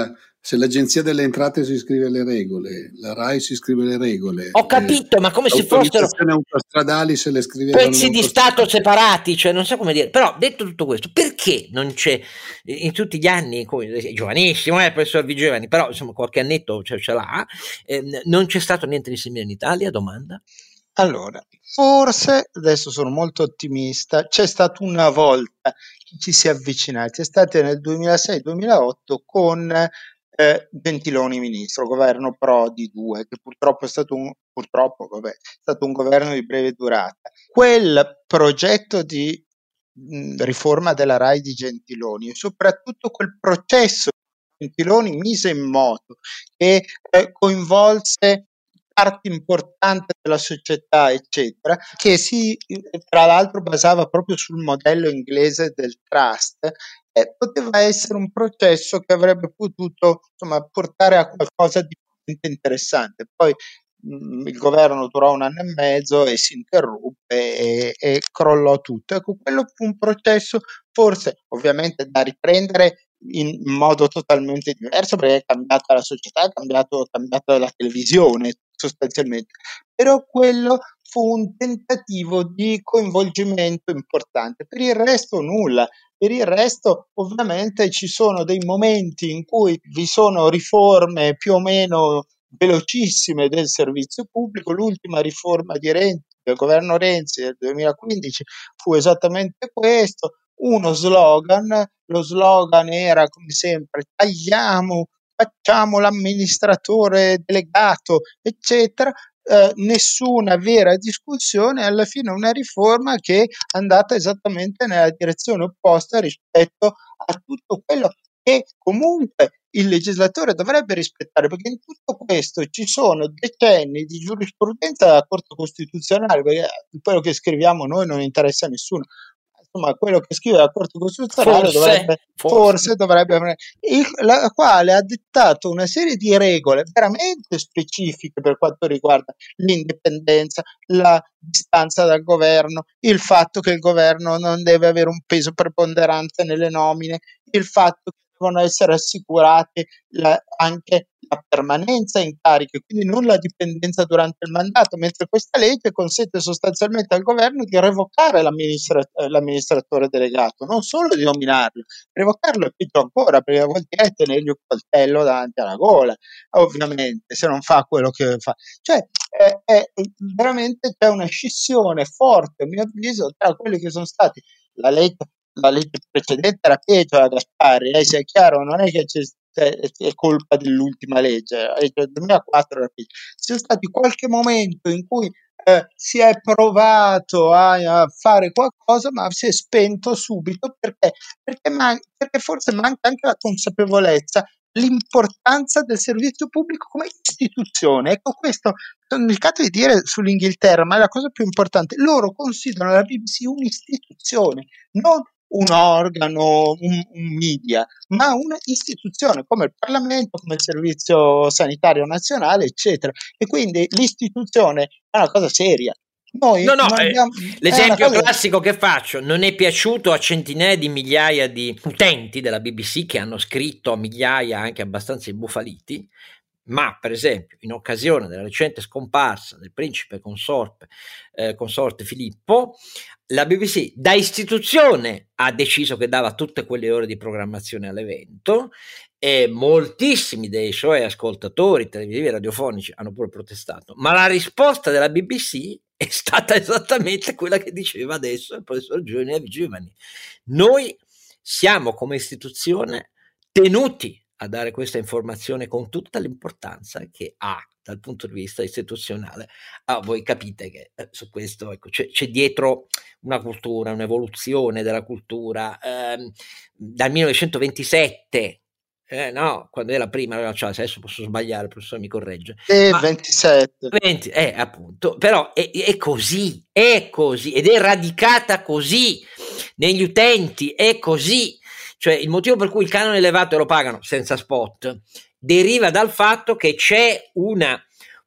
Speaker 2: Se l'Agenzia delle Entrate si scrive le regole, la RAI si scrive le regole.
Speaker 1: Ho capito, ma come se fossero
Speaker 2: autorizzazioni autostradali se le scrivevano
Speaker 1: pezzi di Stato separati, cioè non so come dire. Però detto tutto questo, perché non c'è in tutti gli anni, come, giovanissimo, eh, il professor Vigevani, però insomma qualche annetto cioè, ce l'ha, eh, non c'è stato niente di simile in Italia? Domanda.
Speaker 3: Allora, forse, adesso sono molto ottimista, c'è stata una volta che ci si è avvicinati, è stata nel duemilasei duemilaotto con eh, Gentiloni ministro, governo Prodi due, che purtroppo è stato un, purtroppo, vabbè, è stato un governo di breve durata. Quel progetto di mh, riforma della RAI di Gentiloni e soprattutto quel processo che Gentiloni mise in moto che eh, coinvolse parte importante della società, eccetera, che si tra l'altro basava proprio sul modello inglese del trust, e poteva essere un processo che avrebbe potuto insomma portare a qualcosa di interessante. Poi mh, il governo durò un anno e mezzo e si interruppe e, e crollò tutto. Ecco, quello fu un processo forse ovviamente da riprendere in modo totalmente diverso, perché è cambiata la società, è cambiato, è cambiata la televisione sostanzialmente, però quello fu un tentativo di coinvolgimento importante. Per il resto nulla. Per il resto ovviamente ci sono dei momenti in cui vi sono riforme più o meno velocissime del servizio pubblico. L'ultima riforma di Renzi, del governo Renzi del duemilaquindici fu esattamente questo, uno slogan, lo slogan era come sempre tagliamo, facciamo l'amministratore delegato, eccetera. Eh, nessuna vera discussione, alla fine una riforma che è andata esattamente nella direzione opposta rispetto a tutto quello che comunque il legislatore dovrebbe rispettare, perché in tutto questo ci sono decenni di giurisprudenza della Corte Costituzionale, perché quello che scriviamo noi non interessa a nessuno. Insomma, quello che scrive la Corte Costituzionale
Speaker 1: Forse,
Speaker 3: dovrebbe,
Speaker 1: forse.
Speaker 3: forse dovrebbe, il, la quale ha dettato una serie di regole veramente specifiche per quanto riguarda l'indipendenza, la distanza dal governo, il fatto che il governo non deve avere un peso preponderante nelle nomine, il fatto che devono essere assicurate la, anche la permanenza in carica, quindi non la dipendenza durante il mandato, mentre questa legge consente sostanzialmente al governo di revocare l'amministra- l'amministratore delegato, non solo di nominarlo, revocarlo è peggio ancora, perché vuol dire tenergli un coltello davanti alla gola, ovviamente, se non fa quello che fa. Cioè, è, è, veramente c'è una scissione forte, a mio avviso, tra quelli che sono stati la legge la legge precedente era peggio la Gasparri, eh, sia chiaro, non è che c'è, è colpa dell'ultima legge, la legge del duemilaquattro era peggio. C'è stato qualche momento in cui eh, si è provato a, a fare qualcosa, ma si è spento subito perché, perché, man- perché forse manca anche la consapevolezza, l'importanza del servizio pubblico come istituzione. Ecco, questo sono indicato di dire sull'Inghilterra, ma è la cosa più importante. Loro considerano la B B C un'istituzione, non un organo, un, un media, ma una istituzione come il Parlamento, come il Servizio Sanitario Nazionale, eccetera. E quindi l'istituzione è una cosa seria. Noi
Speaker 1: no, no,
Speaker 3: non
Speaker 1: eh,
Speaker 3: abbiamo,
Speaker 1: l'esempio
Speaker 3: cosa...
Speaker 1: classico che faccio non è piaciuto a centinaia di migliaia di utenti della B B C che hanno scritto a migliaia anche abbastanza imbufaliti, ma per esempio in occasione della recente scomparsa del principe consorte, eh, consorte Filippo, la B B C da istituzione ha deciso che dava tutte quelle ore di programmazione all'evento e moltissimi dei suoi ascoltatori televisivi e radiofonici hanno pure protestato, ma la risposta della B B C è stata esattamente quella che diceva adesso il professor Giuliano Vigevani. Noi siamo come istituzione tenuti a dare questa informazione con tutta l'importanza che ha dal punto di vista istituzionale. Ah, voi capite che eh, su questo ecco, c'è, c'è dietro una cultura, un'evoluzione della cultura. Eh, dal millenovecentoventisette, eh, no, quando è la prima, cioè, adesso posso sbagliare, il professore mi corregge.
Speaker 3: Eh,
Speaker 1: ma
Speaker 3: ventisette.
Speaker 1: venti, eh, appunto, però è, è così, è così, ed è radicata così negli utenti, è così. Cioè il motivo per cui il canone elevato lo pagano senza spot deriva dal fatto che c'è una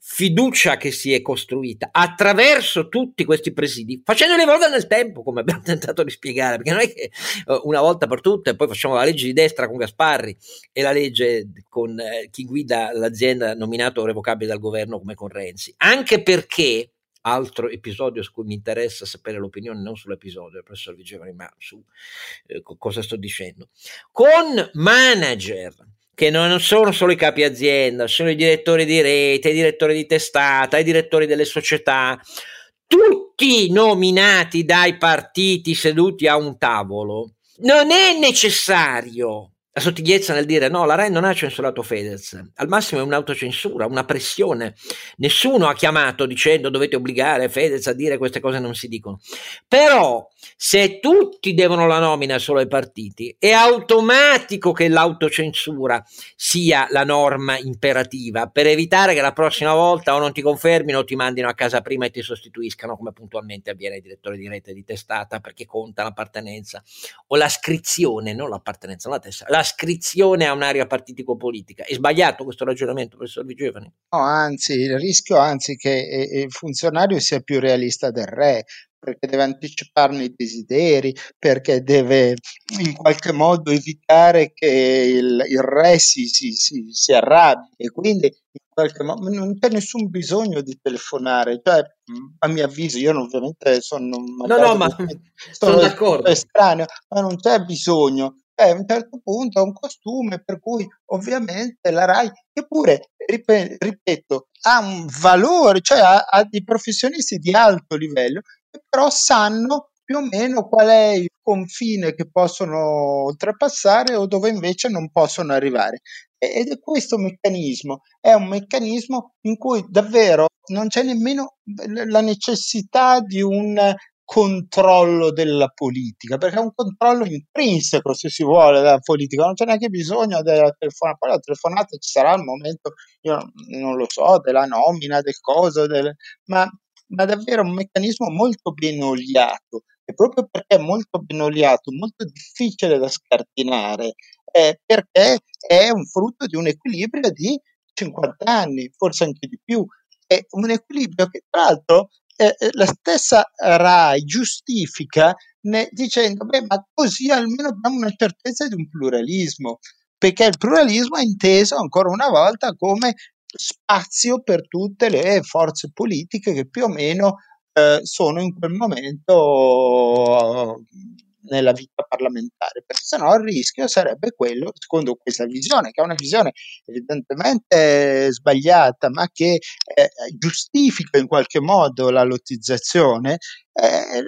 Speaker 1: fiducia che si è costruita attraverso tutti questi presidi, facendoli evolvere nel tempo, come abbiamo tentato di spiegare, perché non è che uh, una volta per tutte poi facciamo la legge di destra con Gasparri e la legge con eh, chi guida l'azienda nominato o revocabile dal governo come con Renzi, anche perché altro episodio su cui mi interessa sapere l'opinione, non sull'episodio del professor Vigevani, ma su eh, cosa sto dicendo, con manager che non sono solo i capi azienda, sono i direttori di rete, i direttori di testata, i direttori delle società, tutti nominati dai partiti seduti a un tavolo. Non è necessario la sottigliezza nel dire no, la Rai non ha censurato Fedez, al massimo è un'autocensura, una pressione. Nessuno ha chiamato dicendo dovete obbligare Fedez a dire queste cose, non si dicono. Però se tutti devono la nomina solo ai partiti, è automatico che l'autocensura sia la norma imperativa per evitare che la prossima volta o non ti confermino o ti mandino a casa prima e ti sostituiscano, come puntualmente avviene ai direttori di rete di testata, perché conta l'appartenenza o l'ascrizione, non l'appartenenza, non la testata, l'ascrizione a un'area partitico-politica. È sbagliato questo ragionamento, professor Vigevani?
Speaker 3: No, anzi, il rischio anzi che il funzionario sia più realista del re, perché deve anticiparne i desideri, perché deve in qualche modo evitare che il, il re si, si, si, si arrabbi, e quindi in qualche modo non c'è nessun bisogno di telefonare, cioè a mio avviso, io ovviamente sono
Speaker 1: no no ma sono d'accordo,
Speaker 3: estraneo, ma non c'è bisogno. Eh, a un certo punto ha un costume per cui ovviamente la Rai, che pure, ripeto, ha un valore, cioè ha, ha dei professionisti di alto livello che però sanno più o meno qual è il confine che possono oltrepassare o dove invece non possono arrivare. Ed è questo meccanismo, è un meccanismo in cui davvero non c'è nemmeno la necessità di un controllo della politica, perché è un controllo intrinseco, se si vuole, della politica, non c'è neanche bisogno della telefonata, poi la telefonata ci sarà al momento, io non lo so, della nomina, del coso, del, ma, ma davvero un meccanismo molto ben oliato, e proprio perché è molto ben oliato, molto difficile da scardinare, eh, perché è un frutto di un equilibrio di cinquanta anni, forse anche di più, è un equilibrio che tra l'altro Eh, la stessa Rai giustifica ne, dicendo beh, ma così almeno abbiamo una certezza di un pluralismo, perché il pluralismo è inteso ancora una volta come spazio per tutte le forze politiche che più o meno eh, sono in quel momento uh, nella vita parlamentare, perché sennò il rischio sarebbe quello, secondo questa visione, che è una visione evidentemente sbagliata, ma che eh, giustifica in qualche modo la lottizzazione, eh,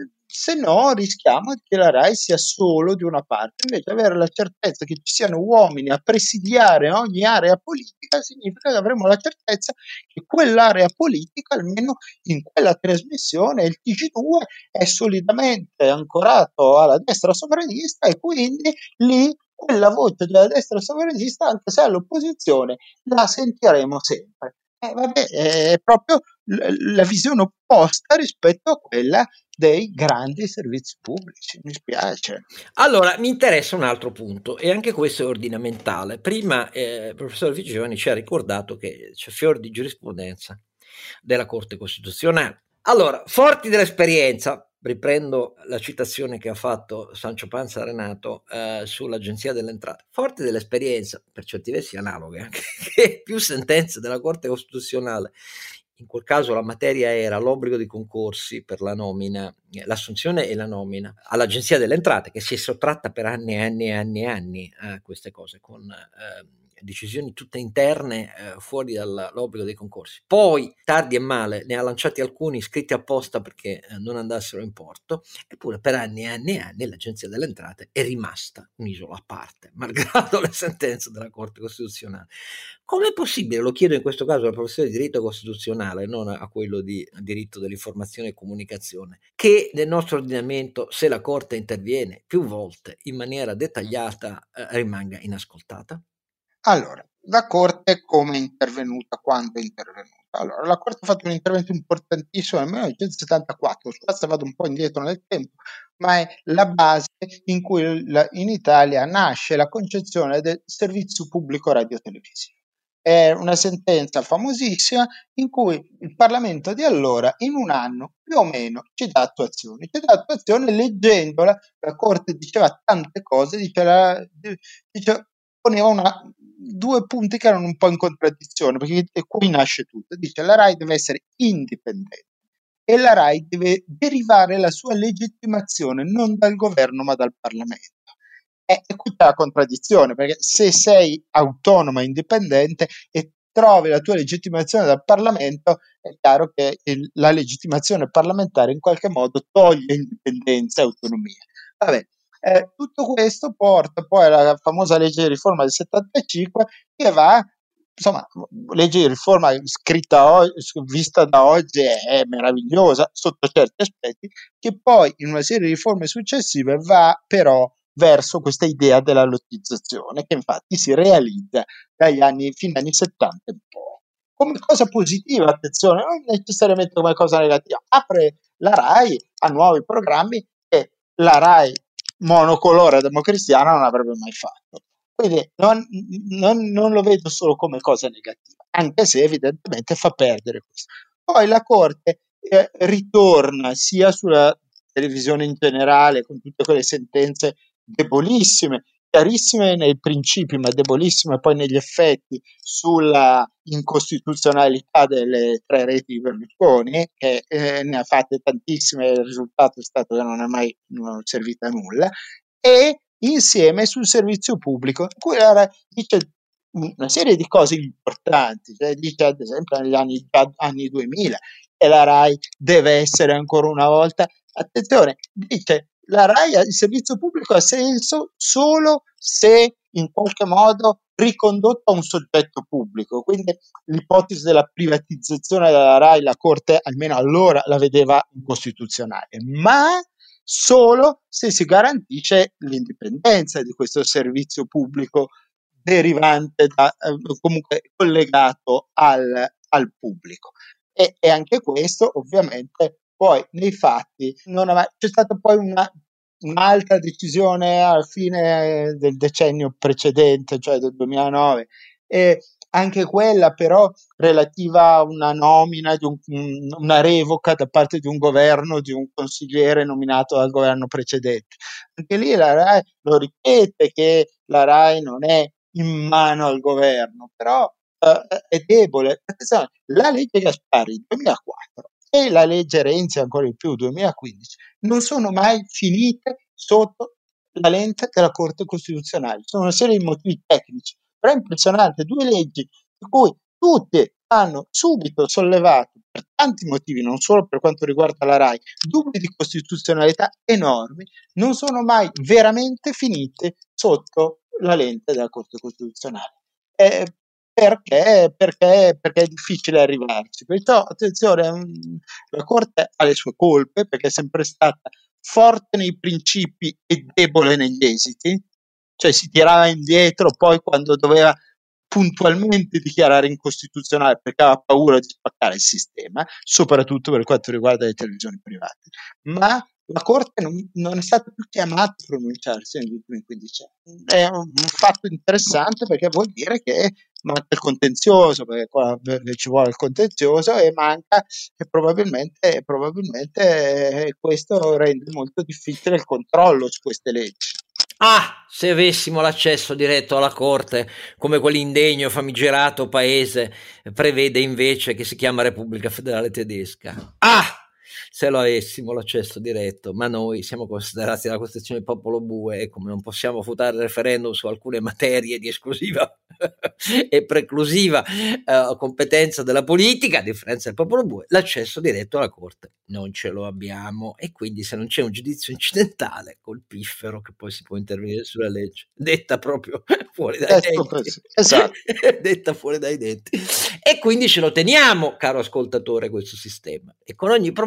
Speaker 3: se no rischiamo che la Rai sia solo di una parte. Invece avere la certezza che ci siano uomini a presidiare ogni area politica significa che avremo la certezza che quell'area politica, almeno in quella trasmissione, il T G due è solidamente ancorato alla destra sovranista, e quindi lì quella voce della destra sovranista, anche se all'opposizione, la sentiremo sempre. Eh, vabbè, è proprio la visione opposta rispetto a quella dei grandi servizi pubblici, mi spiace.
Speaker 1: Allora, mi interessa un altro punto, e anche questo è ordinamentale. Prima eh, il professor Vigevani ci ha ricordato che c'è fior di giurisprudenza della Corte Costituzionale. Allora, forti dell'esperienza, riprendo la citazione che ha fatto Sancio Panza Renato eh, sull'Agenzia delle Entrate, forti dell'esperienza, per certi versi analoghe, anche che più sentenze della Corte Costituzionale, in quel caso la materia era l'obbligo di concorsi per la nomina, l'assunzione e la nomina all'Agenzia delle Entrate, che si è sottratta per anni e anni e anni e anni a queste cose, con eh, decisioni tutte interne eh, fuori dall'obbligo dei concorsi. Poi, tardi e male, ne ha lanciati alcuni scritti apposta perché eh, non andassero in porto, eppure per anni e anni e anni l'Agenzia delle Entrate è rimasta un'isola a parte, malgrado le sentenze della Corte Costituzionale. Come è possibile, lo chiedo in questo caso al professore di diritto costituzionale, non a quello di diritto dell'informazione e comunicazione, che nel nostro ordinamento, se la Corte interviene più volte in maniera dettagliata, eh, rimanga inascoltata?
Speaker 3: Allora, la Corte come è intervenuta, quando è intervenuta? Allora, la Corte ha fatto un intervento importantissimo nel millenovecentosettantaquattro, scusate, vado un po' indietro nel tempo, ma è la base in cui la, in Italia nasce la concezione del servizio pubblico radiotelevisivo. è una sentenza famosissima in cui il Parlamento di allora in un anno più o meno ci dà attuazione. Ci dà attuazione leggendola, la Corte diceva tante cose, diceva, diceva, poneva una, due punti che erano un po' in contraddizione, perché qui nasce tutto. Dice la RAI deve essere indipendente e la RAI deve derivare la sua legittimazione non dal governo ma dal Parlamento. E qui c'è la contraddizione, perché se sei autonoma e indipendente e trovi la tua legittimazione dal Parlamento, è chiaro che il, la legittimazione parlamentare in qualche modo toglie indipendenza e autonomia. Vabbè, eh, tutto questo porta poi alla famosa legge di riforma del settantacinque, che va, insomma, legge di riforma scritta oggi, vista da oggi è, è meravigliosa sotto certi aspetti, che poi in una serie di riforme successive va però verso questa idea della lottizzazione, che infatti si realizza dagli anni, fino agli anni settanta in poi. Come cosa positiva, attenzione, non necessariamente come cosa negativa, apre la RAI a nuovi programmi che la RAI monocolore democristiana non avrebbe mai fatto. Quindi non, non, non lo vedo solo come cosa negativa, anche se evidentemente fa perdere questo. Poi la Corte eh, ritorna sia sulla televisione in generale, con tutte quelle sentenze debolissime, chiarissime nei principi, ma debolissime poi negli effetti sulla incostituzionalità delle tre reti di Berlusconi, che eh, ne ha fatte tantissime, il risultato è stato che non è mai non è servita a nulla, e insieme sul servizio pubblico, in cui era, dice una serie di cose importanti, cioè dice ad esempio negli anni, anni duemila che la RAI deve essere ancora una volta, attenzione, dice la RAI, il servizio pubblico ha senso solo se in qualche modo ricondotto a un soggetto pubblico, quindi l'ipotesi della privatizzazione della RAI la Corte almeno allora la vedeva incostituzionale, ma solo se si garantisce l'indipendenza di questo servizio pubblico derivante da, eh, comunque collegato al, al pubblico. E, e anche questo ovviamente poi nei fatti non ha, c'è stata poi una, un'altra decisione alla fine del decennio precedente, cioè del duemilanove, e anche quella però relativa a una nomina, di un, una revoca da parte di un governo, di un consigliere nominato dal governo precedente. Anche lì la RAI lo ripete che la RAI non è in mano al governo, però uh, è debole. Attenzione, la legge Gasparri duemilaquattro e la legge Renzi ancora di più duemilaquindici non sono mai finite sotto la lente della Corte Costituzionale. Sono una serie di motivi tecnici, però è impressionante, due leggi di cui tutti hanno subito sollevato per tanti motivi, non solo per quanto riguarda la RAI, dubbi di costituzionalità enormi, non sono mai veramente finite sotto la lente della Corte Costituzionale. Eh, perché, perché, perché è difficile arrivarci. Perciò, attenzione, la Corte ha le sue colpe, perché è sempre stata forte nei principi e debole negli esiti, cioè si tirava indietro poi quando doveva puntualmente dichiarare incostituzionale perché aveva paura di spaccare il sistema, soprattutto per quanto riguarda le televisioni private. Ma la Corte non, non è stata più chiamata a pronunciarsi negli ultimi quindici anni. È un, un fatto interessante perché vuol dire che manca il contenzioso, perché qua ci vuole il contenzioso e manca e probabilmente, probabilmente questo rende molto difficile il controllo su queste leggi.
Speaker 1: Ah, se avessimo l'accesso diretto alla Corte, come quell'indegno famigerato paese prevede invece, che si chiama Repubblica Federale Tedesca. Ah! Se lo avessimo l'accesso diretto, ma noi siamo considerati dalla Costituzione popolo bue e come non possiamo votare referendum su alcune materie di esclusiva e preclusiva eh, competenza della politica, a differenza del popolo bue, l'accesso diretto alla Corte non ce lo abbiamo e quindi se non c'è un giudizio incidentale colpifero che poi si può intervenire sulla legge, detta proprio fuori dai
Speaker 3: ecco
Speaker 1: denti,
Speaker 3: esatto.
Speaker 1: detta fuori dai denti, e quindi ce lo teniamo, caro ascoltatore, questo sistema, e con ogni probabilità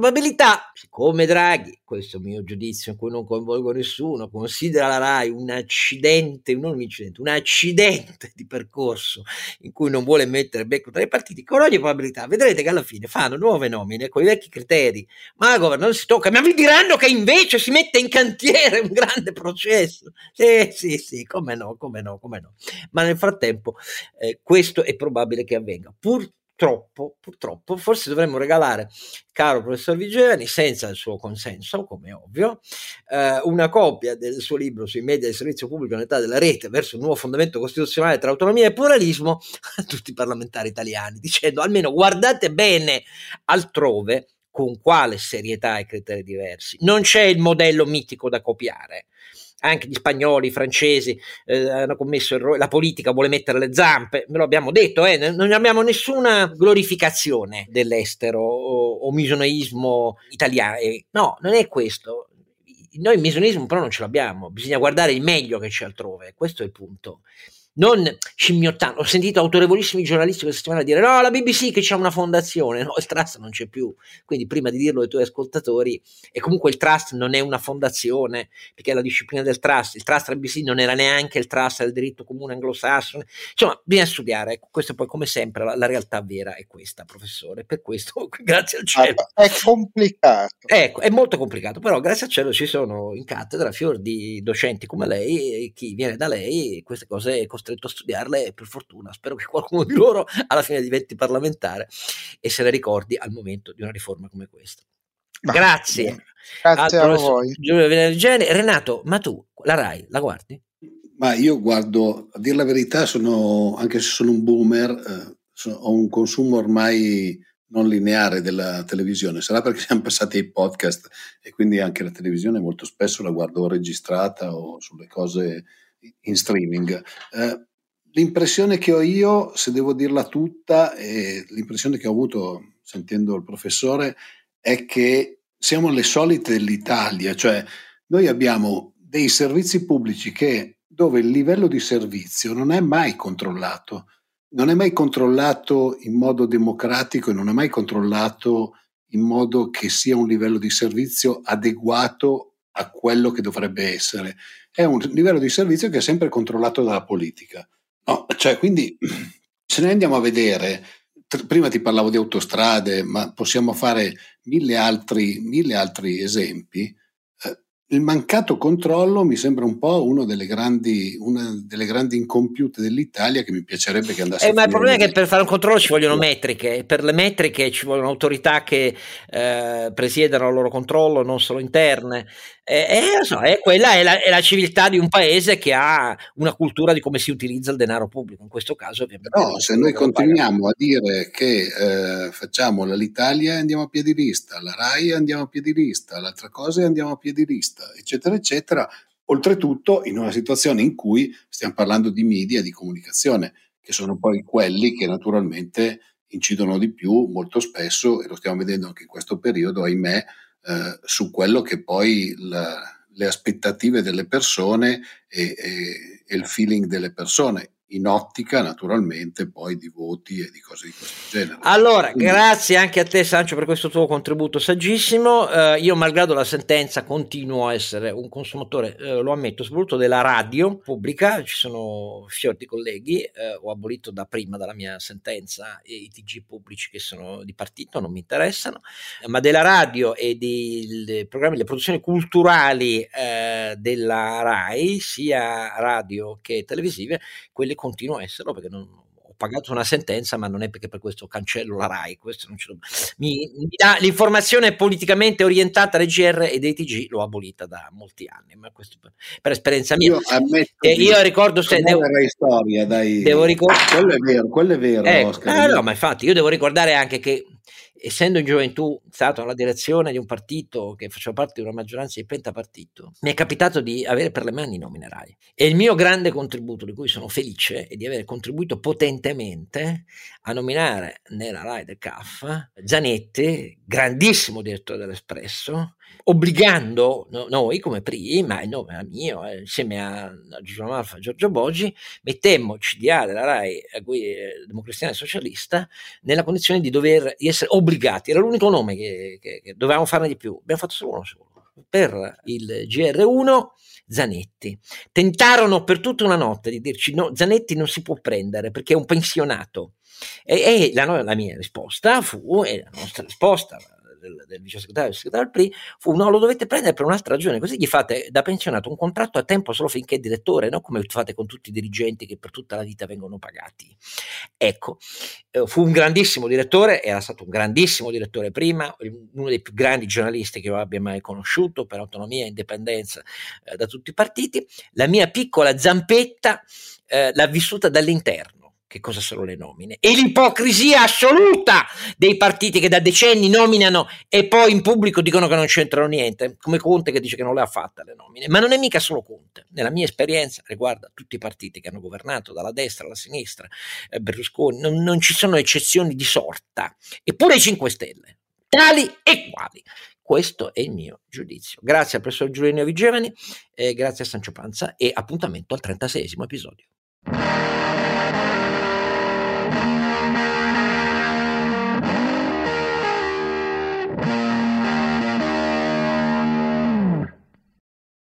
Speaker 1: probabilità, siccome Draghi, questo è il mio giudizio in cui non coinvolgo nessuno, considera la RAI un accidente, non un incidente, un accidente di percorso in cui non vuole mettere becco tra i partiti, con ogni probabilità vedrete che alla fine fanno nuove nomine con i vecchi criteri, ma la governo non si tocca, ma vi diranno che invece si mette in cantiere un grande processo. Sì, sì, sì, come no, come no, come no. Ma nel frattempo eh, questo è probabile che avvenga. Purtroppo, purtroppo, forse dovremmo regalare, caro professor Vigevani, senza il suo consenso, come ovvio, eh, una copia del suo libro sui media del servizio pubblico nell'età della rete verso un nuovo fondamento costituzionale tra autonomia e pluralismo a tutti i parlamentari italiani, dicendo almeno guardate bene altrove con quale serietà e criteri diversi. Non c'è il modello mitico da copiare. Anche gli spagnoli, i francesi eh, hanno commesso errori, la politica vuole mettere le zampe, ve lo abbiamo detto, eh, non abbiamo nessuna glorificazione dell'estero o, o misoneismo italiano, eh, no, non è questo. Noi il misoneismo però non ce l'abbiamo, bisogna guardare il meglio che c'è altrove, questo è il punto. Non scimmiottando, ho sentito autorevolissimi giornalisti questa settimana dire no, la B B C che c'è una fondazione, no, il trust non c'è più, quindi prima di dirlo ai tuoi ascoltatori, e comunque il trust non è una fondazione, perché è la disciplina del trust, il trust della B B C non era neanche il trust del diritto comune anglosassone, insomma bisogna studiare, ecco, questo poi come sempre la, la realtà vera è questa, professore, per questo grazie al cielo.
Speaker 3: È complicato.
Speaker 1: Ecco, è molto complicato, però grazie al cielo ci sono in cattedra fior di docenti come lei e chi viene da lei, queste cose è costretto a studiarle e per fortuna spero che qualcuno di loro alla fine diventi parlamentare e se le ricordi al momento di una riforma come questa. Ma grazie.
Speaker 3: Grazie a voi.
Speaker 1: Giulio Vigevani. Renato, ma tu la RAI la guardi?
Speaker 2: Ma io guardo, a dire la verità, sono, anche se sono un boomer, eh, sono, ho un consumo ormai non lineare della televisione, sarà perché siamo passati ai podcast e quindi anche la televisione molto spesso la guardo registrata o sulle cose in streaming. Eh, l'impressione che ho io, se devo dirla tutta, e l'impressione che ho avuto sentendo il professore è che siamo le solite dell'Italia, cioè noi abbiamo dei servizi pubblici che, dove il livello di servizio non è mai controllato, non è mai controllato in modo democratico e non è mai controllato in modo che sia un livello di servizio adeguato a quello che dovrebbe essere. È un livello di servizio che è sempre controllato dalla politica. No, cioè, quindi, se noi andiamo a vedere, tr- prima ti parlavo di autostrade, ma possiamo fare mille altri, mille altri esempi. Il mancato controllo mi sembra un po' uno delle grandi, una delle grandi incompiute dell'Italia che mi piacerebbe che andasse
Speaker 1: eh,
Speaker 2: a
Speaker 1: ma il problema è che
Speaker 2: vedere.
Speaker 1: per fare un controllo ci vogliono metriche, per le metriche ci vogliono autorità che eh, presiedano il loro controllo, non solo interne. Eh, eh, so, eh, quella è la, è la civiltà di un paese che ha una cultura di come si utilizza il denaro pubblico. In questo caso, ovviamente.
Speaker 2: No, se noi continuiamo a dire che eh, facciamo l'Italia e andiamo a piedi lista, la RAI andiamo a piedi lista, l'altra cosa andiamo a piedi lista, eccetera, eccetera. Oltretutto in una situazione in cui stiamo parlando di media, di comunicazione, che sono poi quelli che naturalmente incidono di più molto spesso, e lo stiamo vedendo anche in questo periodo, ahimè, eh, su quello che poi la, le aspettative delle persone e, e, e il feeling delle persone, in ottica naturalmente poi di voti e di cose di questo genere.
Speaker 1: Allora, quindi, grazie anche a te Sancio per questo tuo contributo saggissimo. Uh, io malgrado la sentenza continuo a essere un consumatore, uh, lo ammetto, soprattutto della radio pubblica, ci sono fior di colleghi, uh, ho abolito da prima dalla mia sentenza i T G pubblici che sono di partito, non mi interessano, ma della radio e dei programmi, le produzioni culturali uh, della RAI, sia radio che televisive, quelle continuo a esserlo perché non ho pagato una sentenza, ma non è perché per questo cancello la RAI, questo non ce lo, mi, mi dà l'informazione politicamente orientata alle G R e dei T G l'ho abolita da molti anni, ma questo per, per esperienza mia.
Speaker 2: Io,
Speaker 1: eh, io ricordo se devo,
Speaker 2: storia, dai.
Speaker 1: devo ricordare,
Speaker 2: quello è vero, quello è vero.
Speaker 1: Ecco,
Speaker 2: Oscar,
Speaker 1: eh, no, ma infatti io devo ricordare anche che, essendo in gioventù stato alla direzione di un partito che faceva parte di una maggioranza di pentapartito, mi è capitato di avere per le mani nomine RAI, e il mio grande contributo, di cui sono felice, è di aver contribuito potentemente a nominare nella RAI del C A F Zanetti, grandissimo direttore dell'Espresso, obbligando no, noi come prima, il nome era mio, eh, insieme a, a Giorgio Malfa e Giorgio Boggi, mettemmo C D A della RAI, a cui eh, Democristiana e Socialista, nella condizione di dover di essere obbligati obbligati, era l'unico nome che, che, che dovevamo farne di più, abbiamo fatto solo uno solo. Per il G R uno Zanetti. Tentarono per tutta una notte di dirci no, Zanetti non si può prendere perché è un pensionato. E, e la, la mia risposta fu, e la nostra risposta del, del vice segretario e del segretario del P R I fu: no, lo dovete prendere per un'altra ragione, così gli fate da pensionato un contratto a tempo solo finché è direttore, non come fate con tutti i dirigenti che per tutta la vita vengono pagati. Ecco, eh, fu un grandissimo direttore, era stato un grandissimo direttore prima, uno dei più grandi giornalisti che io abbia mai conosciuto, per autonomia e indipendenza eh, da tutti i partiti. La mia piccola zampetta eh, l'ha vissuta dall'interno. Che cosa sono le nomine? E l'ipocrisia assoluta dei partiti che da decenni nominano e poi in pubblico dicono che non c'entrano niente, come Conte che dice che non le ha fatte le nomine. Ma non è mica solo Conte. Nella mia esperienza riguarda tutti i partiti che hanno governato, dalla destra alla sinistra, eh, Berlusconi, non, non ci sono eccezioni di sorta. Eppure i cinque Stelle, tali e quali. Questo è il mio giudizio. Grazie al professor Giuliano Vigevani, eh, grazie a Sancio Panza e appuntamento al trentaseiesimo episodio.